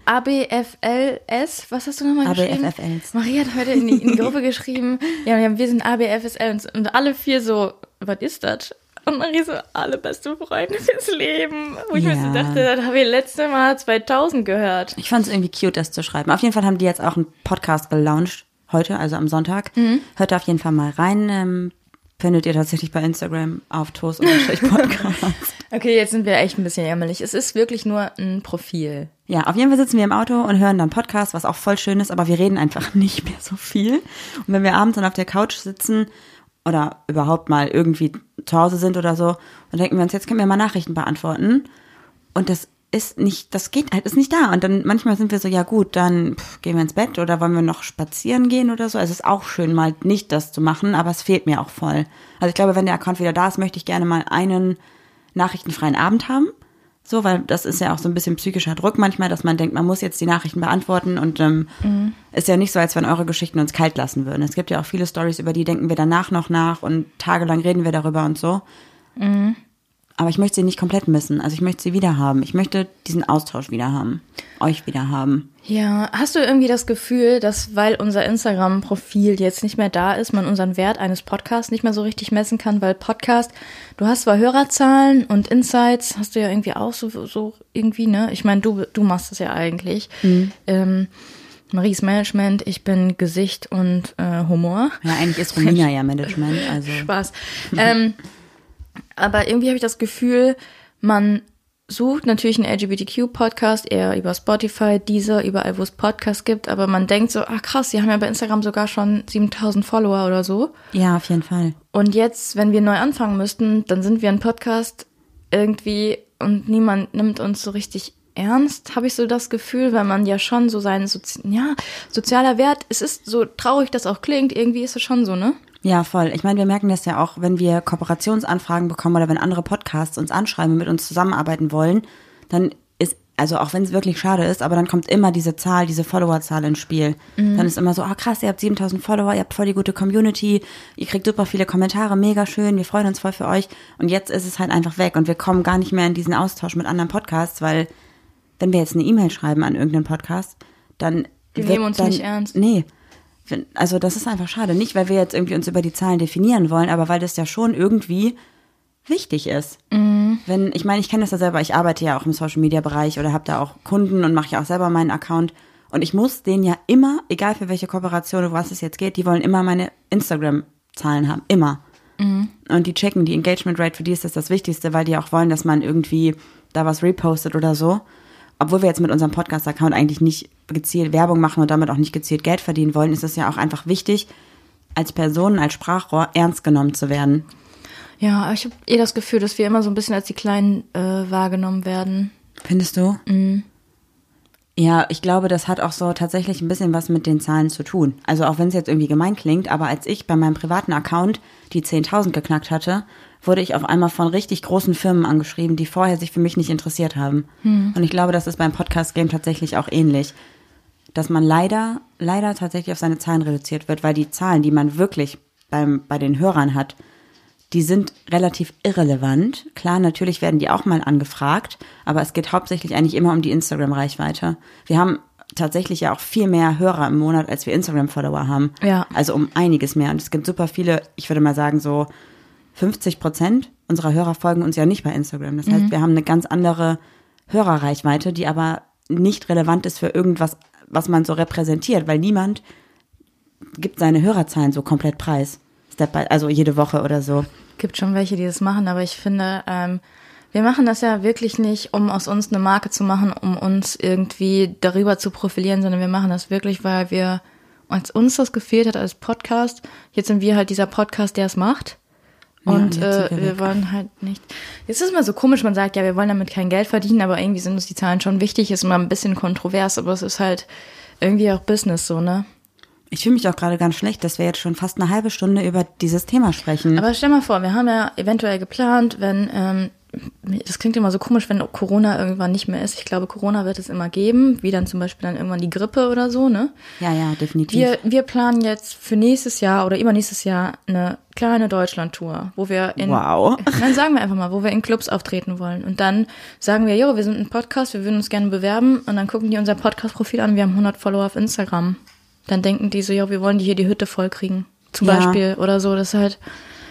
ABFLS, was hast du nochmal geschrieben? ABFFLs. Maria hat heute in die Gruppe geschrieben, ja, wir sind ABFSL und alle 4 so, was ist das? Und Marie so, alle beste Freunde fürs Leben. Wo ich mir so dachte, das habe ich letztes Mal 2000 gehört. Ich fand es irgendwie cute, das zu schreiben. Auf jeden Fall haben die jetzt auch einen Podcast gelauncht. Heute, also am Sonntag. Hört da auf jeden Fall mal rein. Findet ihr tatsächlich bei Instagram auf Toast-Podcast. Okay, jetzt sind wir echt ein bisschen jämmerlich. Es ist wirklich nur ein Profil. Ja, auf jeden Fall sitzen wir im Auto und hören dann Podcast, was auch voll schön ist, aber wir reden einfach nicht mehr so viel. Und wenn wir abends dann auf der Couch sitzen oder überhaupt mal irgendwie zu Hause sind oder so, dann denken wir uns, jetzt können wir mal Nachrichten beantworten. Und das ist nicht da. Und dann manchmal sind wir so, ja gut, dann gehen wir ins Bett oder wollen wir noch spazieren gehen oder so. Also es ist auch schön, mal nicht das zu machen, aber es fehlt mir auch voll. Also ich glaube, wenn der Account wieder da ist, möchte ich gerne mal einen nachrichtenfreien Abend haben. So, weil das ist ja auch so ein bisschen psychischer Druck manchmal, dass man denkt, man muss jetzt die Nachrichten beantworten und ist ja nicht so, als wenn eure Geschichten uns kalt lassen würden. Es gibt ja auch viele Storys, über die denken wir danach noch nach und tagelang reden wir darüber und so. Aber ich möchte sie nicht komplett missen. Also ich möchte sie wieder haben. Ich möchte diesen Austausch wieder haben. Euch wieder haben. Ja, hast du irgendwie das Gefühl, dass, weil unser Instagram-Profil jetzt nicht mehr da ist, man unseren Wert eines Podcasts nicht mehr so richtig messen kann? Weil Podcast, du hast zwar Hörerzahlen und Insights, hast du ja irgendwie auch so irgendwie, ne? Ich meine, du machst das ja eigentlich. Maries Management, ich bin Gesicht und Humor. Ja, eigentlich ist Romina ja Management. Also Spaß. Aber irgendwie habe ich das Gefühl, man sucht natürlich einen LGBTQ-Podcast, eher über Spotify, Deezer, überall, wo es Podcasts gibt, aber man denkt so, ach krass, die haben ja bei Instagram sogar schon 7.000 Follower oder so. Ja, auf jeden Fall. Und jetzt, wenn wir neu anfangen müssten, dann sind wir ein Podcast irgendwie und niemand nimmt uns so richtig ernst, habe ich so das Gefühl, weil man ja schon so seinen sozialer Wert, es ist so traurig, das auch klingt, irgendwie ist es schon so, ne? Ja, voll. Ich meine, wir merken das ja auch, wenn wir Kooperationsanfragen bekommen oder wenn andere Podcasts uns anschreiben und mit uns zusammenarbeiten wollen, dann ist, also auch wenn es wirklich schade ist, aber dann kommt immer diese Zahl, diese Followerzahl ins Spiel. Dann ist immer so, krass, ihr habt 7.000 Follower, ihr habt voll die gute Community, ihr kriegt super viele Kommentare, mega schön, wir freuen uns voll für euch. Und jetzt ist es halt einfach weg und wir kommen gar nicht mehr in diesen Austausch mit anderen Podcasts, weil wenn wir jetzt eine E-Mail schreiben an irgendeinen Podcast, dann Die nehmen uns nicht ernst. Nee. Also das ist einfach schade. Nicht, weil wir jetzt irgendwie uns über die Zahlen definieren wollen, aber weil das ja schon irgendwie wichtig ist. Wenn, ich meine, ich kenne das ja selber, ich arbeite ja auch im Social-Media-Bereich oder habe da auch Kunden und mache ja auch selber meinen Account. Und ich muss denen ja immer, egal für welche Kooperation oder was es jetzt geht, die wollen immer meine Instagram-Zahlen haben. Immer. Und die checken die Engagement Rate, für die ist das Wichtigste, weil die auch wollen, dass man irgendwie da was repostet oder so. Obwohl wir jetzt mit unserem Podcast-Account eigentlich nicht gezielt Werbung machen und damit auch nicht gezielt Geld verdienen wollen, ist es ja auch einfach wichtig, als Person, als Sprachrohr ernst genommen zu werden. Ja, aber ich habe das Gefühl, dass wir immer so ein bisschen als die Kleinen wahrgenommen werden. Findest du? Ja, ich glaube, das hat auch so tatsächlich ein bisschen was mit den Zahlen zu tun. Also auch wenn es jetzt irgendwie gemein klingt, aber als ich bei meinem privaten Account die 10.000 geknackt hatte, wurde ich auf einmal von richtig großen Firmen angeschrieben, die vorher sich für mich nicht interessiert haben. Und ich glaube, das ist beim Podcast-Game tatsächlich auch ähnlich. Dass man leider tatsächlich auf seine Zahlen reduziert wird, weil die Zahlen, die man wirklich bei den Hörern hat, die sind relativ irrelevant. Klar, natürlich werden die auch mal angefragt, aber es geht hauptsächlich eigentlich immer um die Instagram-Reichweite. Wir haben tatsächlich ja auch viel mehr Hörer im Monat, als wir Instagram-Follower haben. Ja. Also um einiges mehr. Und es gibt super viele, ich würde mal sagen so 50% unserer Hörer folgen uns ja nicht bei Instagram. Das heißt, wir haben eine ganz andere Hörerreichweite, die aber nicht relevant ist für irgendwas, was man so repräsentiert, weil niemand gibt seine Hörerzahlen so komplett preis. Also jede Woche oder so. Gibt schon welche, die das machen, aber ich finde, wir machen das ja wirklich nicht, um aus uns eine Marke zu machen, um uns irgendwie darüber zu profilieren, sondern wir machen das wirklich, weil als uns das gefehlt hat als Podcast, jetzt sind wir halt dieser Podcast, der es macht. Und wir wollen halt nicht. Jetzt ist es mal so komisch, man sagt, ja, wir wollen damit kein Geld verdienen, aber irgendwie sind uns die Zahlen schon wichtig, ist immer ein bisschen kontrovers, aber es ist halt irgendwie auch Business so, ne? Ich fühle mich auch gerade ganz schlecht, dass wir jetzt schon fast eine halbe Stunde über dieses Thema sprechen. Aber stell mal vor, wir haben ja eventuell geplant, wenn, das klingt immer so komisch, wenn Corona irgendwann nicht mehr ist. Ich glaube, Corona wird es immer geben, wie dann zum Beispiel dann irgendwann die Grippe oder so, ne? Ja, definitiv. Wir planen jetzt für nächstes Jahr oder übernächstes Jahr eine kleine Deutschland-Tour, wo wir dann sagen wir einfach mal, wo wir in Clubs auftreten wollen. Und dann sagen wir, wir sind ein Podcast, wir würden uns gerne bewerben. Und dann gucken die unser Podcast-Profil an, wir haben 100 Follower auf Instagram. Dann denken die so, wir wollen die Hitte voll kriegen. Zum Beispiel oder so. Das ist halt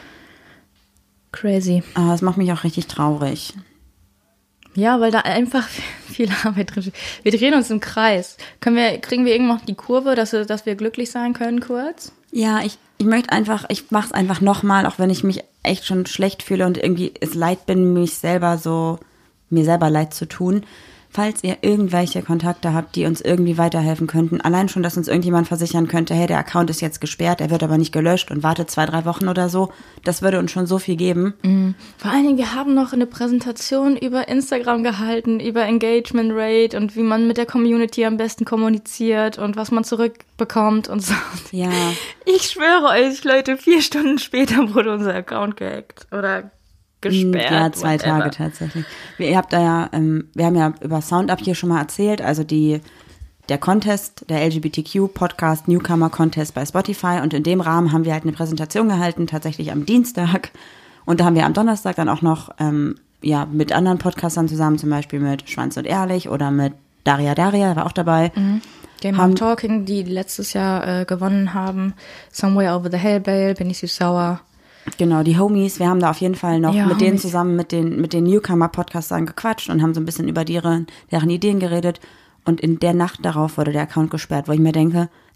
crazy. Aber das macht mich auch richtig traurig. Ja, weil da einfach viel Arbeit drin steht. Wir drehen uns im Kreis. Kriegen wir irgendwann noch die Kurve, dass wir glücklich sein können kurz? Ja, ich möchte einfach, ich mach's einfach nochmal, auch wenn ich mich echt schon schlecht fühle und irgendwie es leid bin, mir selber leid zu tun. Falls ihr irgendwelche Kontakte habt, die uns irgendwie weiterhelfen könnten, allein schon, dass uns irgendjemand versichern könnte, hey, der Account ist jetzt gesperrt, er wird aber nicht gelöscht und wartet 2-3 Wochen oder so, das würde uns schon so viel geben. Vor allen Dingen, wir haben noch eine Präsentation über Instagram gehalten, über Engagement Rate und wie man mit der Community am besten kommuniziert und was man zurückbekommt und so. Ja. Ich schwöre euch, Leute, 4 Stunden später wurde unser Account gehackt oder gesperrt. Ja, 2 Tage tatsächlich. Wir haben ja über SoundUp hier schon mal erzählt, also der Contest, der LGBTQ-Podcast Newcomer Contest bei Spotify, und in dem Rahmen haben wir halt eine Präsentation gehalten, tatsächlich am Dienstag, und da haben wir am Donnerstag dann auch noch mit anderen Podcastern zusammen, zum Beispiel mit Schwanz und Ehrlich oder mit Daria, war auch dabei. Game of Talking, die letztes Jahr gewonnen haben, Somewhere Over the Hellbale, Bin ich süß sauer. Genau, die Homies, wir haben da auf jeden Fall noch mit denen zusammen, mit den Newcomer-Podcastern gequatscht und haben so ein bisschen über deren Ideen geredet. Und in der Nacht darauf wurde der Account gesperrt, wo ich mir denke,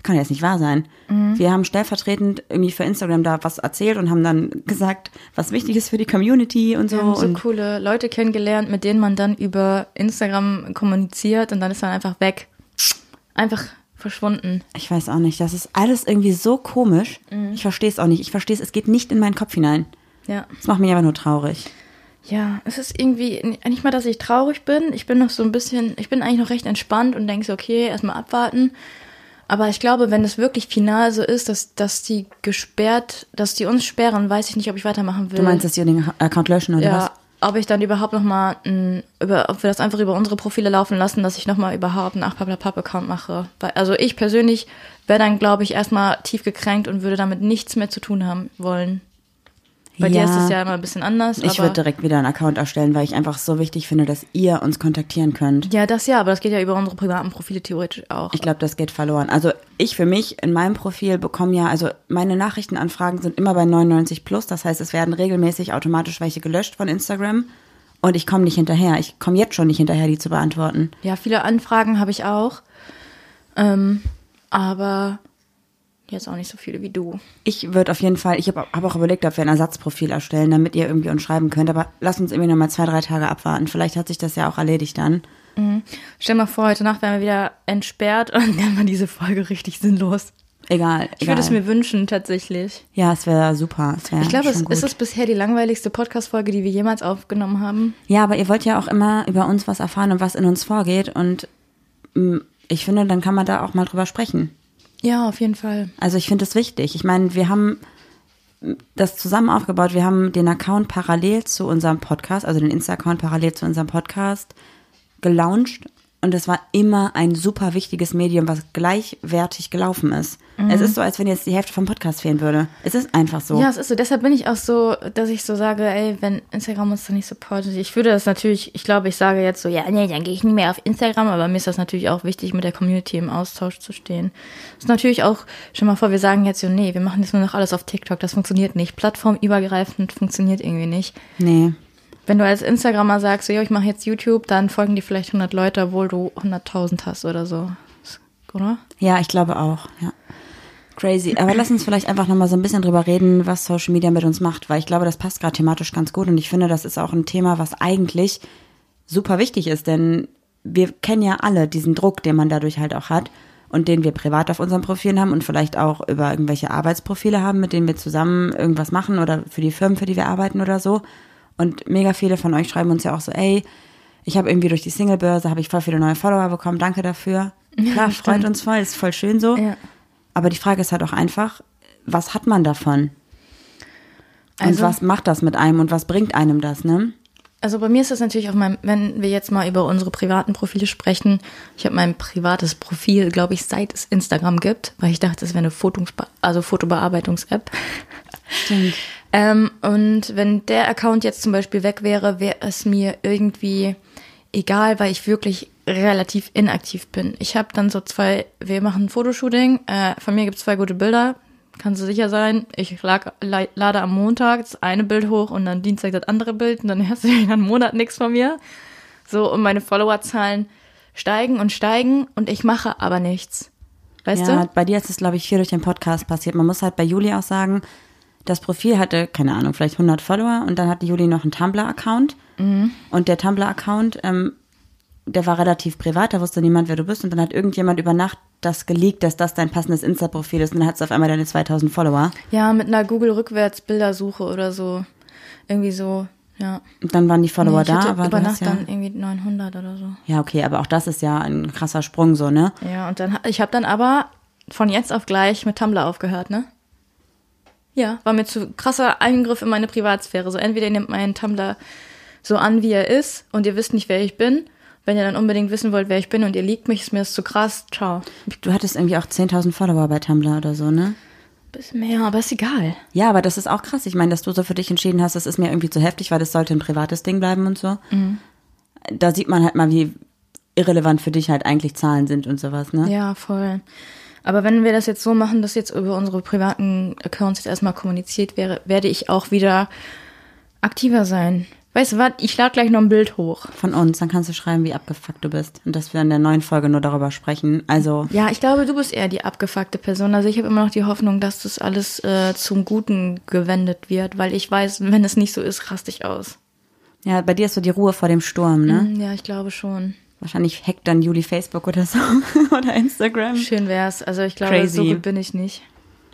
Kann jetzt nicht wahr sein. Wir haben stellvertretend irgendwie für Instagram da was erzählt und haben dann gesagt, was wichtig ist für die Community und so. Wir haben so und coole Leute kennengelernt, mit denen man dann über Instagram kommuniziert und dann ist man einfach weg. Einfach verschwunden. ich weiß auch nicht, das ist alles irgendwie so komisch. Ich verstehe es auch nicht. Ich verstehe es geht nicht in meinen Kopf hinein. Ja. Das macht mich aber nur traurig. Ja, es ist irgendwie, nicht mal, dass ich traurig bin. Ich bin noch so ein bisschen, ich bin eigentlich noch recht entspannt und denke so, okay, erstmal abwarten. Aber ich glaube, wenn es wirklich final so ist, dass die uns sperren, weiß ich nicht, ob ich weitermachen will. Du meinst, dass die den Account löschen oder was? Ja, ob ich dann überhaupt nochmal, ob wir das einfach über unsere Profile laufen lassen, dass ich nochmal überhaupt einen Ach-Papp-Account mache. Also ich persönlich wäre dann, glaube ich, erstmal tief gekränkt und würde damit nichts mehr zu tun haben wollen. Bei dir ist es ja immer ein bisschen anders. Ich würde direkt wieder einen Account erstellen, weil ich einfach so wichtig finde, dass ihr uns kontaktieren könnt. Ja, das ja, aber das geht ja über unsere privaten Profile theoretisch auch. Ich glaube, das geht verloren. Also ich für mich in meinem Profil bekomme ja, also meine Nachrichtenanfragen sind immer bei 99 plus. Das heißt, es werden regelmäßig automatisch welche gelöscht von Instagram. Und ich komme nicht hinterher. Ich komme jetzt schon nicht hinterher, die zu beantworten. Ja, viele Anfragen habe ich auch. Aber jetzt auch nicht so viele wie du. Ich würde auf jeden Fall, ich habe auch überlegt, ob wir ein Ersatzprofil erstellen, damit ihr irgendwie uns schreiben könnt. Aber lasst uns irgendwie nochmal 2-3 Tage abwarten. Vielleicht hat sich das ja auch erledigt dann. Stell mal vor, heute Nacht wären wir wieder entsperrt und dann war diese Folge richtig sinnlos. Egal. Ich würde es mir wünschen, tatsächlich. Ja, es wäre super. Ich glaube, es ist bisher die langweiligste Podcast-Folge, die wir jemals aufgenommen haben. Ja, aber ihr wollt ja auch immer über uns was erfahren und was in uns vorgeht. Und ich finde, dann kann man da auch mal drüber sprechen. Ja, auf jeden Fall. Also ich finde es wichtig. Ich meine, wir haben das zusammen aufgebaut. Wir haben den Account parallel zu unserem Podcast, also den Insta-Account parallel zu unserem Podcast gelauncht. Und es war immer ein super wichtiges Medium, was gleichwertig gelaufen ist. Es ist so, als wenn jetzt die Hälfte vom Podcast fehlen würde. Es ist einfach so. Ja, es ist so. Deshalb bin ich auch so, dass ich so sage, ey, wenn Instagram uns da nicht supportet. Ich würde das natürlich, ich glaube, ich sage jetzt so, ja, nee, dann gehe ich nie mehr auf Instagram. Aber mir ist das natürlich auch wichtig, mit der Community im Austausch zu stehen. Das ist natürlich auch, stell mal vor, wir sagen jetzt so, nee, wir machen jetzt nur noch alles auf TikTok. Das funktioniert nicht. Plattformübergreifend funktioniert irgendwie nicht. Nee. Wenn du als Instagrammer sagst, so, ich mache jetzt YouTube, dann folgen dir vielleicht 100 Leute, obwohl du 100.000 hast oder so. Oder? Ja, ich glaube auch, ja. Crazy. Aber lass uns vielleicht einfach nochmal so ein bisschen drüber reden, was Social Media mit uns macht, weil ich glaube, das passt gerade thematisch ganz gut und ich finde, das ist auch ein Thema, was eigentlich super wichtig ist, denn wir kennen ja alle diesen Druck, den man dadurch halt auch hat und den wir privat auf unseren Profilen haben und vielleicht auch über irgendwelche Arbeitsprofile haben, mit denen wir zusammen irgendwas machen oder für die Firmen, für die wir arbeiten oder so. Und mega viele von euch schreiben uns ja auch so, ey, ich habe irgendwie durch die Singlebörse, habe ich voll viele neue Follower bekommen, danke dafür. Klar, freut uns voll, ist voll schön so. Ja. Aber die Frage ist halt auch einfach, was hat man davon? Und was macht das mit einem und was bringt einem das, ne? Also bei mir ist das natürlich auch wenn wir jetzt mal über unsere privaten Profile sprechen, ich habe mein privates Profil, glaube ich, seit es Instagram gibt, weil ich dachte, es wäre eine Fotobearbeitungs-App. Stimmt. Und wenn der Account jetzt zum Beispiel weg wäre, wäre es mir irgendwie egal, weil ich wirklich relativ inaktiv bin. Ich habe dann so wir machen ein Fotoshooting, von mir gibt es 2 gute Bilder, kannst du sicher sein. Ich lade am Montag das eine Bild hoch und dann Dienstag das andere Bild und dann hast du wieder einen Monat nichts von mir. So, und meine Followerzahlen steigen und ich mache aber nichts. Weißt du? Bei dir ist es, glaube ich, viel durch den Podcast passiert. Man muss halt bei Juli auch sagen, das Profil hatte, keine Ahnung, vielleicht 100 Follower und dann hatte Juli noch einen Tumblr-Account. Und der Tumblr-Account, der war relativ privat, da wusste niemand, wer du bist. Und dann hat irgendjemand über Nacht das geleakt, dass das dein passendes Insta-Profil ist. Und dann hat es auf einmal deine 2000 Follower. Ja, mit einer Google-Rückwärts-Bildersuche oder so. Irgendwie so, ja. Und dann waren die Follower da. Aber über Nacht dann irgendwie 900 oder so. Ja, okay, aber auch das ist ja ein krasser Sprung so, ne? Ja, und ich habe dann aber von jetzt auf gleich mit Tumblr aufgehört, ne? Ja, war mir zu krasser Eingriff in meine Privatsphäre. So entweder ihr nehmt meinen Tumblr so an, wie er ist und ihr wisst nicht, wer ich bin. Wenn ihr dann unbedingt wissen wollt, wer ich bin und ihr liegt mich, ist mir das zu krass. Ciao. Du hattest irgendwie auch 10.000 Follower bei Tumblr oder so, ne? Bisschen mehr, aber ist egal. Ja, aber das ist auch krass. Ich meine, dass du so für dich entschieden hast, das ist mir irgendwie zu heftig, weil das sollte ein privates Ding bleiben und so. Da sieht man halt mal, wie irrelevant für dich halt eigentlich Zahlen sind und sowas, ne? Ja, voll. Aber wenn wir das jetzt so machen, dass jetzt über unsere privaten Accounts jetzt erstmal kommuniziert wäre, werde ich auch wieder aktiver sein. Weißt du was, ich lade gleich noch ein Bild hoch. Von uns, dann kannst du schreiben, wie abgefuckt du bist. Und dass wir in der neuen Folge nur darüber sprechen. Also. Ja, ich glaube, du bist eher die abgefuckte Person. Also ich habe immer noch die Hoffnung, dass das alles zum Guten gewendet wird, weil ich weiß, wenn es nicht so ist, raste ich aus. Ja, bei dir ist so die Ruhe vor dem Sturm, ne? Ja, ich glaube schon. Wahrscheinlich hackt dann Juli Facebook oder so. Oder Instagram. Schön wär's. Also ich glaube, Crazy. so gut bin ich nicht.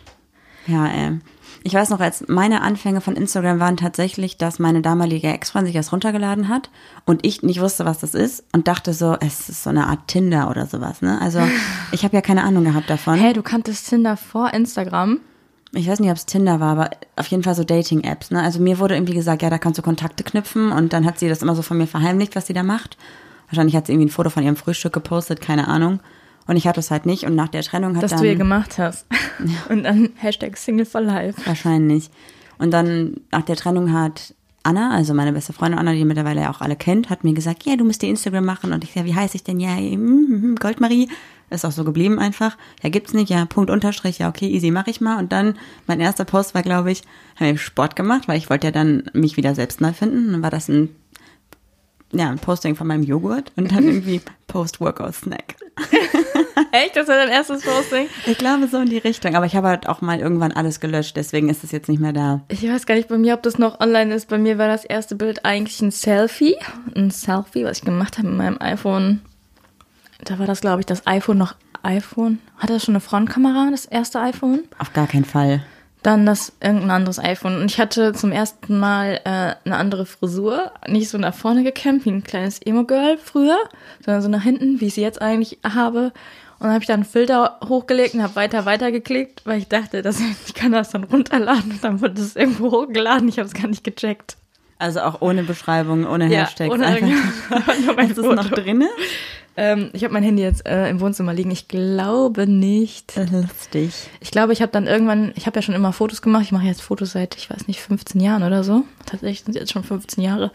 Ja, ich weiß noch, als meine Anfänge von Instagram waren tatsächlich, dass meine damalige Ex-Freundin sich das runtergeladen hat und ich nicht wusste, was das ist und dachte so, es ist so eine Art Tinder oder sowas, ne? Also ich habe ja keine Ahnung gehabt davon. Hey, du kanntest Tinder vor Instagram? Ich weiß nicht, ob es Tinder war, aber auf jeden Fall so Dating-Apps, ne? Also mir wurde irgendwie gesagt, ja, da kannst du Kontakte knüpfen und dann hat sie das immer so von mir verheimlicht, was sie da macht. Wahrscheinlich hat sie irgendwie ein Foto von ihrem Frühstück gepostet, keine Ahnung. Und ich hatte es halt nicht und nach der Trennung hat dass dann... du ihr gemacht hast. Ja. Und dann Hashtag Single for Life. Wahrscheinlich. Und dann nach der Trennung hat Anna, also meine beste Freundin Anna, die ihr mittlerweile ja auch alle kennt, hat mir gesagt, ja, du musst dir Instagram machen. Und ich sage, wie heiße ich denn? Ja, Goldmarie. Ist auch so geblieben einfach. Ja, gibt's nicht. Ja, Punkt Unterstrich. Ja, okay, easy, mache ich mal. Und dann, mein erster Post war, glaube ich, habe ich Sport gemacht, weil ich wollte ja dann mich wieder selbst neu finden. Und dann war das ein Posting von meinem Joghurt und dann irgendwie Post-Workout-Snack. Echt? Das war dein erstes Posting? Ich glaube, so in die Richtung. Aber ich habe halt auch mal irgendwann alles gelöscht, deswegen ist es jetzt nicht mehr da. Ich weiß gar nicht bei mir, ob das noch online ist. Bei mir war das erste Bild eigentlich ein Selfie. Ein Selfie, was ich gemacht habe mit meinem iPhone. Da war das, glaube ich, das iPhone noch iPhone. Hatte das schon eine Frontkamera, das erste iPhone? Auf gar keinen Fall. Dann irgendein anderes iPhone. Und ich hatte zum ersten Mal eine andere Frisur. Nicht so nach vorne gekämmt, wie ein kleines Emo-Girl früher, sondern so nach hinten, wie ich sie jetzt eigentlich habe. Und dann habe ich dann einen Filter hochgelegt und habe weiter geklickt, weil ich dachte, ich kann das dann runterladen. Und dann wurde es irgendwo hochgeladen. Ich habe es gar nicht gecheckt. Also auch ohne Beschreibung, ohne Hashtags. Ohne einfach. ist es noch drin? Ich habe mein Handy jetzt im Wohnzimmer liegen. Ich glaube nicht. Lustig. Ich glaube, ich habe dann irgendwann, ich habe ja schon immer Fotos gemacht. Ich mache jetzt Fotos seit, ich weiß nicht, 15 Jahren oder so. Tatsächlich sind es jetzt schon 15 Jahre.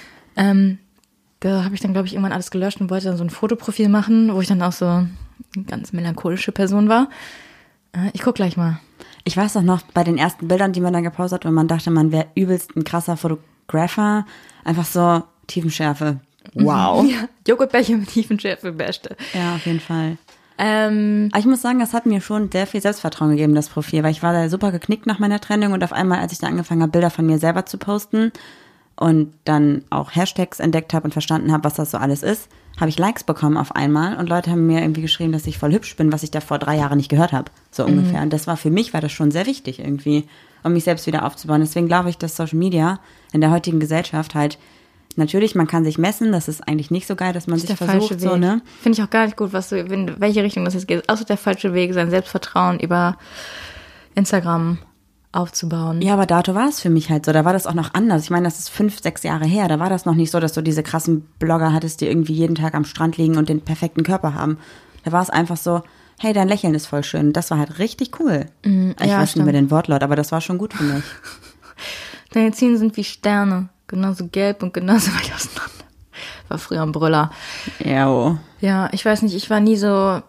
Da habe ich dann, glaube ich, irgendwann alles gelöscht und wollte dann so ein Fotoprofil machen, wo ich dann auch so eine ganz melancholische Person war. Ich guck gleich mal. Ich weiß auch noch, bei den ersten Bildern, die man dann gepostet hat, wenn man dachte, man wäre übelst ein krasser Fotografer, einfach so Tiefenschärfe. Wow. Ja, Joghurtbecher mit Tiefenschärfe, beste. Ja, auf jeden Fall. Aber ich muss sagen, das hat mir schon sehr viel Selbstvertrauen gegeben, das Profil, weil ich war da super geknickt nach meiner Trennung und auf einmal, als ich dann angefangen habe, Bilder von mir selber zu posten und dann auch Hashtags entdeckt habe und verstanden habe, was das so alles ist, habe ich Likes bekommen auf einmal und Leute haben mir irgendwie geschrieben, dass ich voll hübsch bin, was ich da vor 3 Jahren nicht gehört habe, so ungefähr. Und das war für mich, war das schon sehr wichtig irgendwie, um mich selbst wieder aufzubauen. Deswegen glaube ich, dass Social Media in der heutigen Gesellschaft halt, natürlich, man kann sich messen, das ist eigentlich nicht so geil, dass man sich versucht, so, ne? Finde ich auch gar nicht gut, in welche Richtung das jetzt geht. Außer der falsche Weg, sein Selbstvertrauen über Instagram aufzubauen. Ja, aber dato war es für mich halt so. Da war das auch noch anders. Ich meine, das ist 5, 6 Jahre her. Da war das noch nicht so, dass du diese krassen Blogger hattest, die irgendwie jeden Tag am Strand liegen und den perfekten Körper haben. Da war es einfach so, hey, dein Lächeln ist voll schön. Das war halt richtig cool. Ich weiß nicht mehr den Wortlaut, aber das war schon gut für mich. Deine Zähne sind wie Sterne. Genauso gelb und genauso weit auseinander. War früher ein Brüller. Ja, ich weiß nicht, ich war nie so...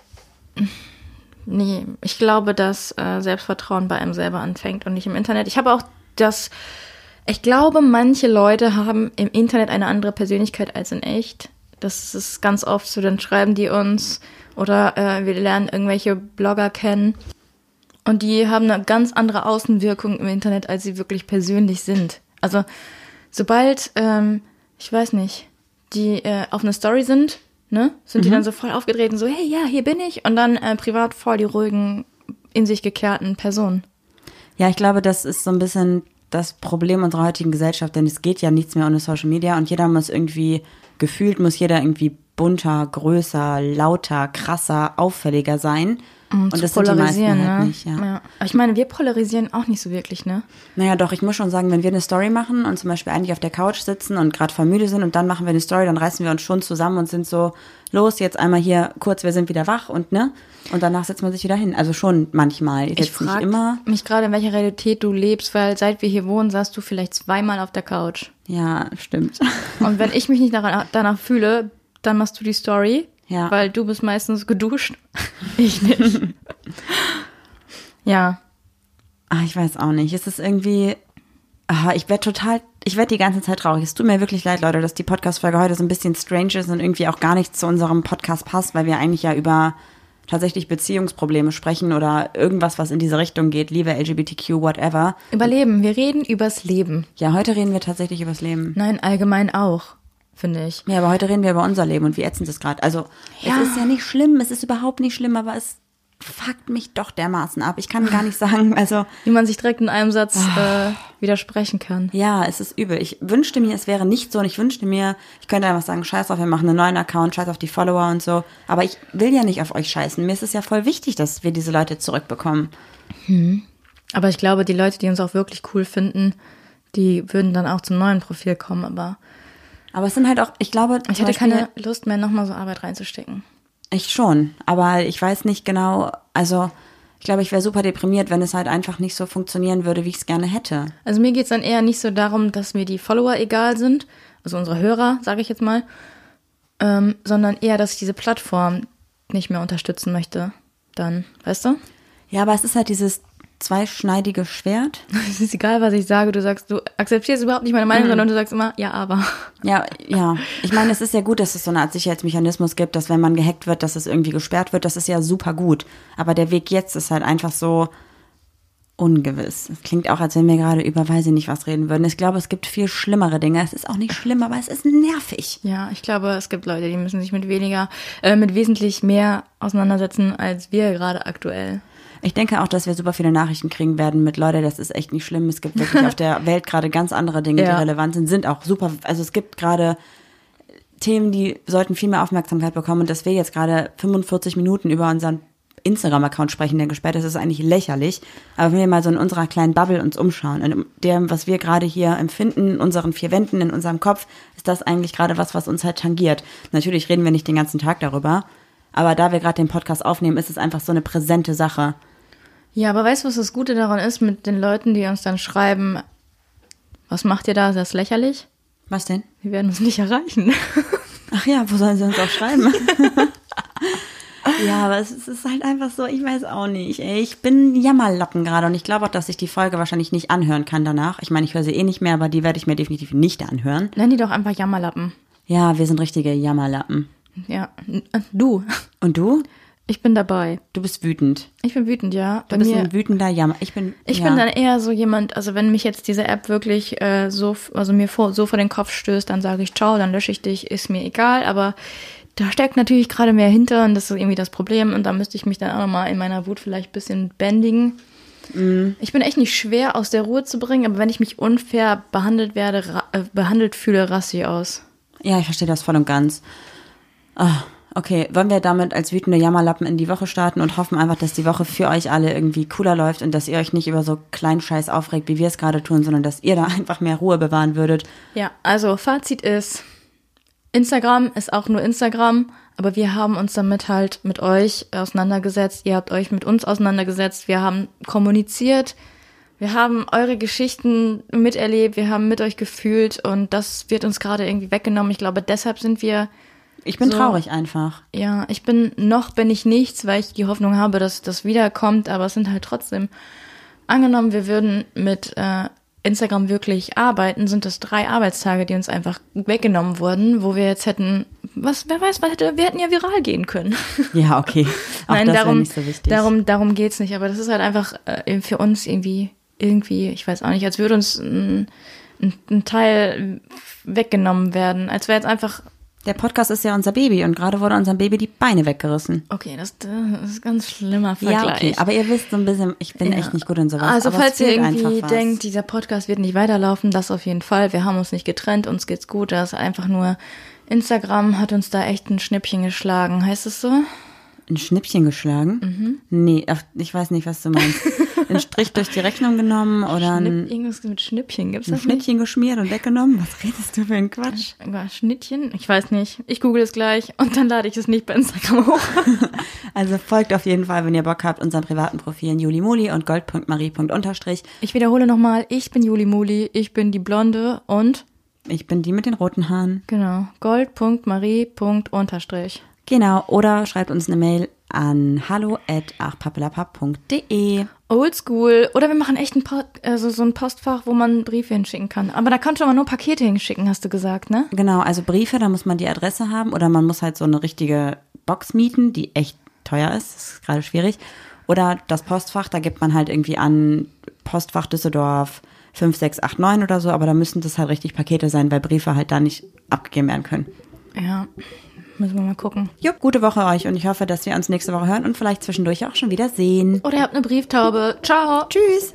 Nee, ich glaube, dass Selbstvertrauen bei einem selber anfängt und nicht im Internet. Ich habe auch ich glaube, manche Leute haben im Internet eine andere Persönlichkeit als in echt. Das ist ganz oft so, dann schreiben die uns oder wir lernen irgendwelche Blogger kennen und die haben eine ganz andere Außenwirkung im Internet, als sie wirklich persönlich sind. Also sobald, ich weiß nicht, die auf einer Story sind, ne, sind die dann so voll aufgedreht und so, hey, ja, hier bin ich. Und dann privat voll die ruhigen, in sich gekehrten Personen. Ja, ich glaube, das ist so ein bisschen das Problem unserer heutigen Gesellschaft, denn es geht ja nichts mehr ohne Social Media und jeder muss irgendwie, gefühlt muss jeder irgendwie bunter, größer, lauter, krasser, auffälliger sein. Und das sind die meisten halt nicht, ja. Ich meine, wir polarisieren auch nicht so wirklich, ne? Naja, doch, ich muss schon sagen, wenn wir eine Story machen und zum Beispiel eigentlich auf der Couch sitzen und gerade voll müde sind und dann machen wir eine Story, dann reißen wir uns schon zusammen und sind so, los, jetzt einmal hier kurz, wir sind wieder wach und ne? Und danach setzt man sich wieder hin. Also schon manchmal. Ich frage mich gerade, in welcher Realität du lebst, weil seit wir hier wohnen, saßt du vielleicht 2-mal auf der Couch. Ja, stimmt. Und wenn ich mich nicht danach fühle, dann machst du die Story. Ja. Weil du bist meistens geduscht. Ich nicht. Ja. Ich weiß auch nicht. Es ist irgendwie, ich werde total ich werde die ganze Zeit traurig. Es tut mir wirklich leid, Leute, dass die Podcast-Folge heute so ein bisschen strange ist und irgendwie auch gar nicht zu unserem Podcast passt, weil wir eigentlich ja über tatsächlich Beziehungsprobleme sprechen oder irgendwas, was in diese Richtung geht. Liebe LGBTQ, whatever. Überleben. Wir reden übers Leben. Ja, heute reden wir tatsächlich übers Leben. Nein, allgemein auch, finde ich. Ja, aber heute reden wir über unser Leben und wie ätzend es gerade. Also, Ja. Es ist ja nicht schlimm, es ist überhaupt nicht schlimm, aber es fuckt mich doch dermaßen ab. Ich kann gar nicht sagen, also Wie man sich direkt in einem Satz widersprechen kann. ja, es ist übel. Ich wünschte mir, es wäre nicht so und ich wünschte mir, ich könnte einfach sagen, scheiß drauf, wir machen einen neuen Account, scheiß auf die Follower und so. Aber ich will ja nicht auf euch scheißen. Mir ist es ja voll wichtig, dass wir diese Leute zurückbekommen. Aber ich glaube, die Leute, die uns auch wirklich cool finden, die würden dann auch zum neuen Profil kommen. Aber Aber es sind halt auch, ich glaube, ich hätte keine Lust mehr, nochmal so Arbeit reinzustecken. Ich schon, aber ich weiß nicht genau, also ich glaube, ich wäre super deprimiert, wenn es halt einfach nicht so funktionieren würde, wie ich es gerne hätte. Also mir geht's dann eher nicht so darum, dass mir die Follower egal sind, also unsere Hörer, sage ich jetzt mal, sondern eher, dass ich diese Plattform nicht mehr unterstützen möchte. Dann, weißt du? Ja, aber es ist halt dieses zweischneidige Schwert. Es ist egal, was ich sage. Du sagst, du akzeptierst überhaupt nicht meine Meinung, sondern du sagst immer, ja, aber. Ja. Ich meine, es ist ja gut, dass es so eine Art Sicherheitsmechanismus gibt, dass wenn man gehackt wird, dass es irgendwie gesperrt wird. Das ist ja super gut. Aber der Weg jetzt ist halt einfach so ungewiss. Es klingt auch, als wenn wir gerade über weiß ich nicht was reden würden. Ich glaube, es gibt viel schlimmere Dinge. Es ist auch nicht schlimm, aber es ist nervig. Ja, ich glaube, es gibt Leute, die müssen sich mit wesentlich mehr auseinandersetzen als wir gerade aktuell. Ich denke auch, dass wir super viele Nachrichten kriegen werden mit, Leute, das ist echt nicht schlimm. Es gibt wirklich auf der Welt gerade ganz andere Dinge, die relevant sind auch super. Also es gibt gerade Themen, die sollten viel mehr Aufmerksamkeit bekommen. Und dass wir jetzt gerade 45 Minuten über unseren Instagram-Account sprechen, der gesperrt ist, ist eigentlich lächerlich. Aber wenn wir mal so in unserer kleinen Bubble uns umschauen, in dem, was wir gerade hier empfinden, in unseren vier Wänden, in unserem Kopf, ist das eigentlich gerade was uns halt tangiert. Natürlich reden wir nicht den ganzen Tag darüber, aber da wir gerade den Podcast aufnehmen, ist es einfach so eine präsente Sache. Ja, aber weißt du, was das Gute daran ist mit den Leuten, die uns dann schreiben, was macht ihr da, ist das lächerlich? Was denn? Wir werden uns nicht erreichen. Ach ja, wo sollen sie uns auch schreiben? Ja, aber es ist halt einfach so, ich weiß auch nicht. Ey, ich bin Jammerlappen gerade und ich glaube auch, dass ich die Folge wahrscheinlich nicht anhören kann danach. Ich meine, ich höre sie eh nicht mehr, aber die werde ich mir definitiv nicht anhören. Nenn die doch einfach Jammerlappen. Ja, wir sind richtige Jammerlappen. Ja, du. Und du? Ich bin dabei. Du bist wütend. Ich bin wütend, ja. Du bist ein wütender Jammer. Ich bin dann eher so jemand, also wenn mich jetzt diese App wirklich so vor den Kopf stößt, dann sage ich ciao, dann lösche ich dich, ist mir egal, aber da steckt natürlich gerade mehr hinter und das ist irgendwie das Problem und da müsste ich mich dann auch nochmal in meiner Wut vielleicht ein bisschen bändigen. Ich bin echt nicht schwer aus der Ruhe zu bringen, aber wenn ich mich unfair behandelt fühle, raste ich aus. Ja, ich verstehe das voll und ganz. Okay, wollen wir damit als wütende Jammerlappen in die Woche starten und hoffen einfach, dass die Woche für euch alle irgendwie cooler läuft und dass ihr euch nicht über so kleinen Scheiß aufregt, wie wir es gerade tun, sondern dass ihr da einfach mehr Ruhe bewahren würdet. Ja, also Fazit ist, Instagram ist auch nur Instagram, aber wir haben uns damit halt mit euch auseinandergesetzt, ihr habt euch mit uns auseinandergesetzt, wir haben kommuniziert, wir haben eure Geschichten miterlebt, wir haben mit euch gefühlt und das wird uns gerade irgendwie weggenommen. Ich glaube, deshalb sind wir Ich bin traurig einfach. Ja, bin ich nichts, weil ich die Hoffnung habe, dass das wiederkommt, aber es sind halt trotzdem, angenommen, wir würden mit Instagram wirklich arbeiten, sind das 3 Arbeitstage, die uns einfach weggenommen wurden, wo wir jetzt hätten, wir hätten ja viral gehen können. Ja, okay. Auch Nein, das wäre nicht so wichtig. Darum geht's nicht, aber das ist halt einfach für uns irgendwie, ich weiß auch nicht, als würde uns ein Teil weggenommen werden, als wäre jetzt einfach. Der Podcast ist ja unser Baby und gerade wurde unserem Baby die Beine weggerissen. Okay, das ist ein ganz schlimmer Vergleich. Ja, okay, aber ihr wisst so ein bisschen, ich bin echt nicht gut in sowas. Also aber falls ihr irgendwie was. denkt, dieser Podcast wird nicht weiterlaufen, das auf jeden Fall. Wir haben uns nicht getrennt, uns geht's gut. Das ist einfach nur, Instagram hat uns da echt ein Schnippchen geschlagen. Heißt es so? Ein Schnippchen geschlagen? Nee, ich weiß nicht, was du meinst. Einen Strich durch die Rechnung genommen oder irgendwas mit Schnippchen, gibt's das ein Schnittchen geschmiert und weggenommen? Was redest du für ein Quatsch? Schnittchen? Ich weiß nicht. Ich google es gleich und dann lade ich es nicht bei Instagram hoch. Also folgt auf jeden Fall, wenn ihr Bock habt, unseren privaten Profilen julimuli und gold.marie._. Ich wiederhole nochmal, ich bin Julimuli, ich bin die Blonde und ich bin die mit den roten Haaren. Genau, gold.marie._. Genau, oder schreibt uns eine Mail an hallo@achpappelapapp.de. Oldschool. Oder wir machen echt so ein Postfach, wo man Briefe hinschicken kann. Aber da kannst du aber nur Pakete hinschicken, hast du gesagt, ne? Genau, also Briefe, da muss man die Adresse haben oder man muss halt so eine richtige Box mieten, die echt teuer ist. Das ist gerade schwierig. Oder das Postfach, da gibt man halt irgendwie an Postfach Düsseldorf 5689 oder so, aber da müssen das halt richtig Pakete sein, weil Briefe halt da nicht abgegeben werden können. Ja, müssen wir mal gucken. Jupp, gute Woche euch und ich hoffe, dass wir uns nächste Woche hören und vielleicht zwischendurch auch schon wieder sehen. Oder ihr habt eine Brieftaube. Ciao. Tschüss.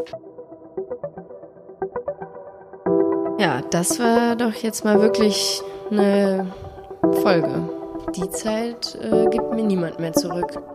Ja, das war doch jetzt mal wirklich eine Folge. Die Zeit gibt mir niemand mehr zurück.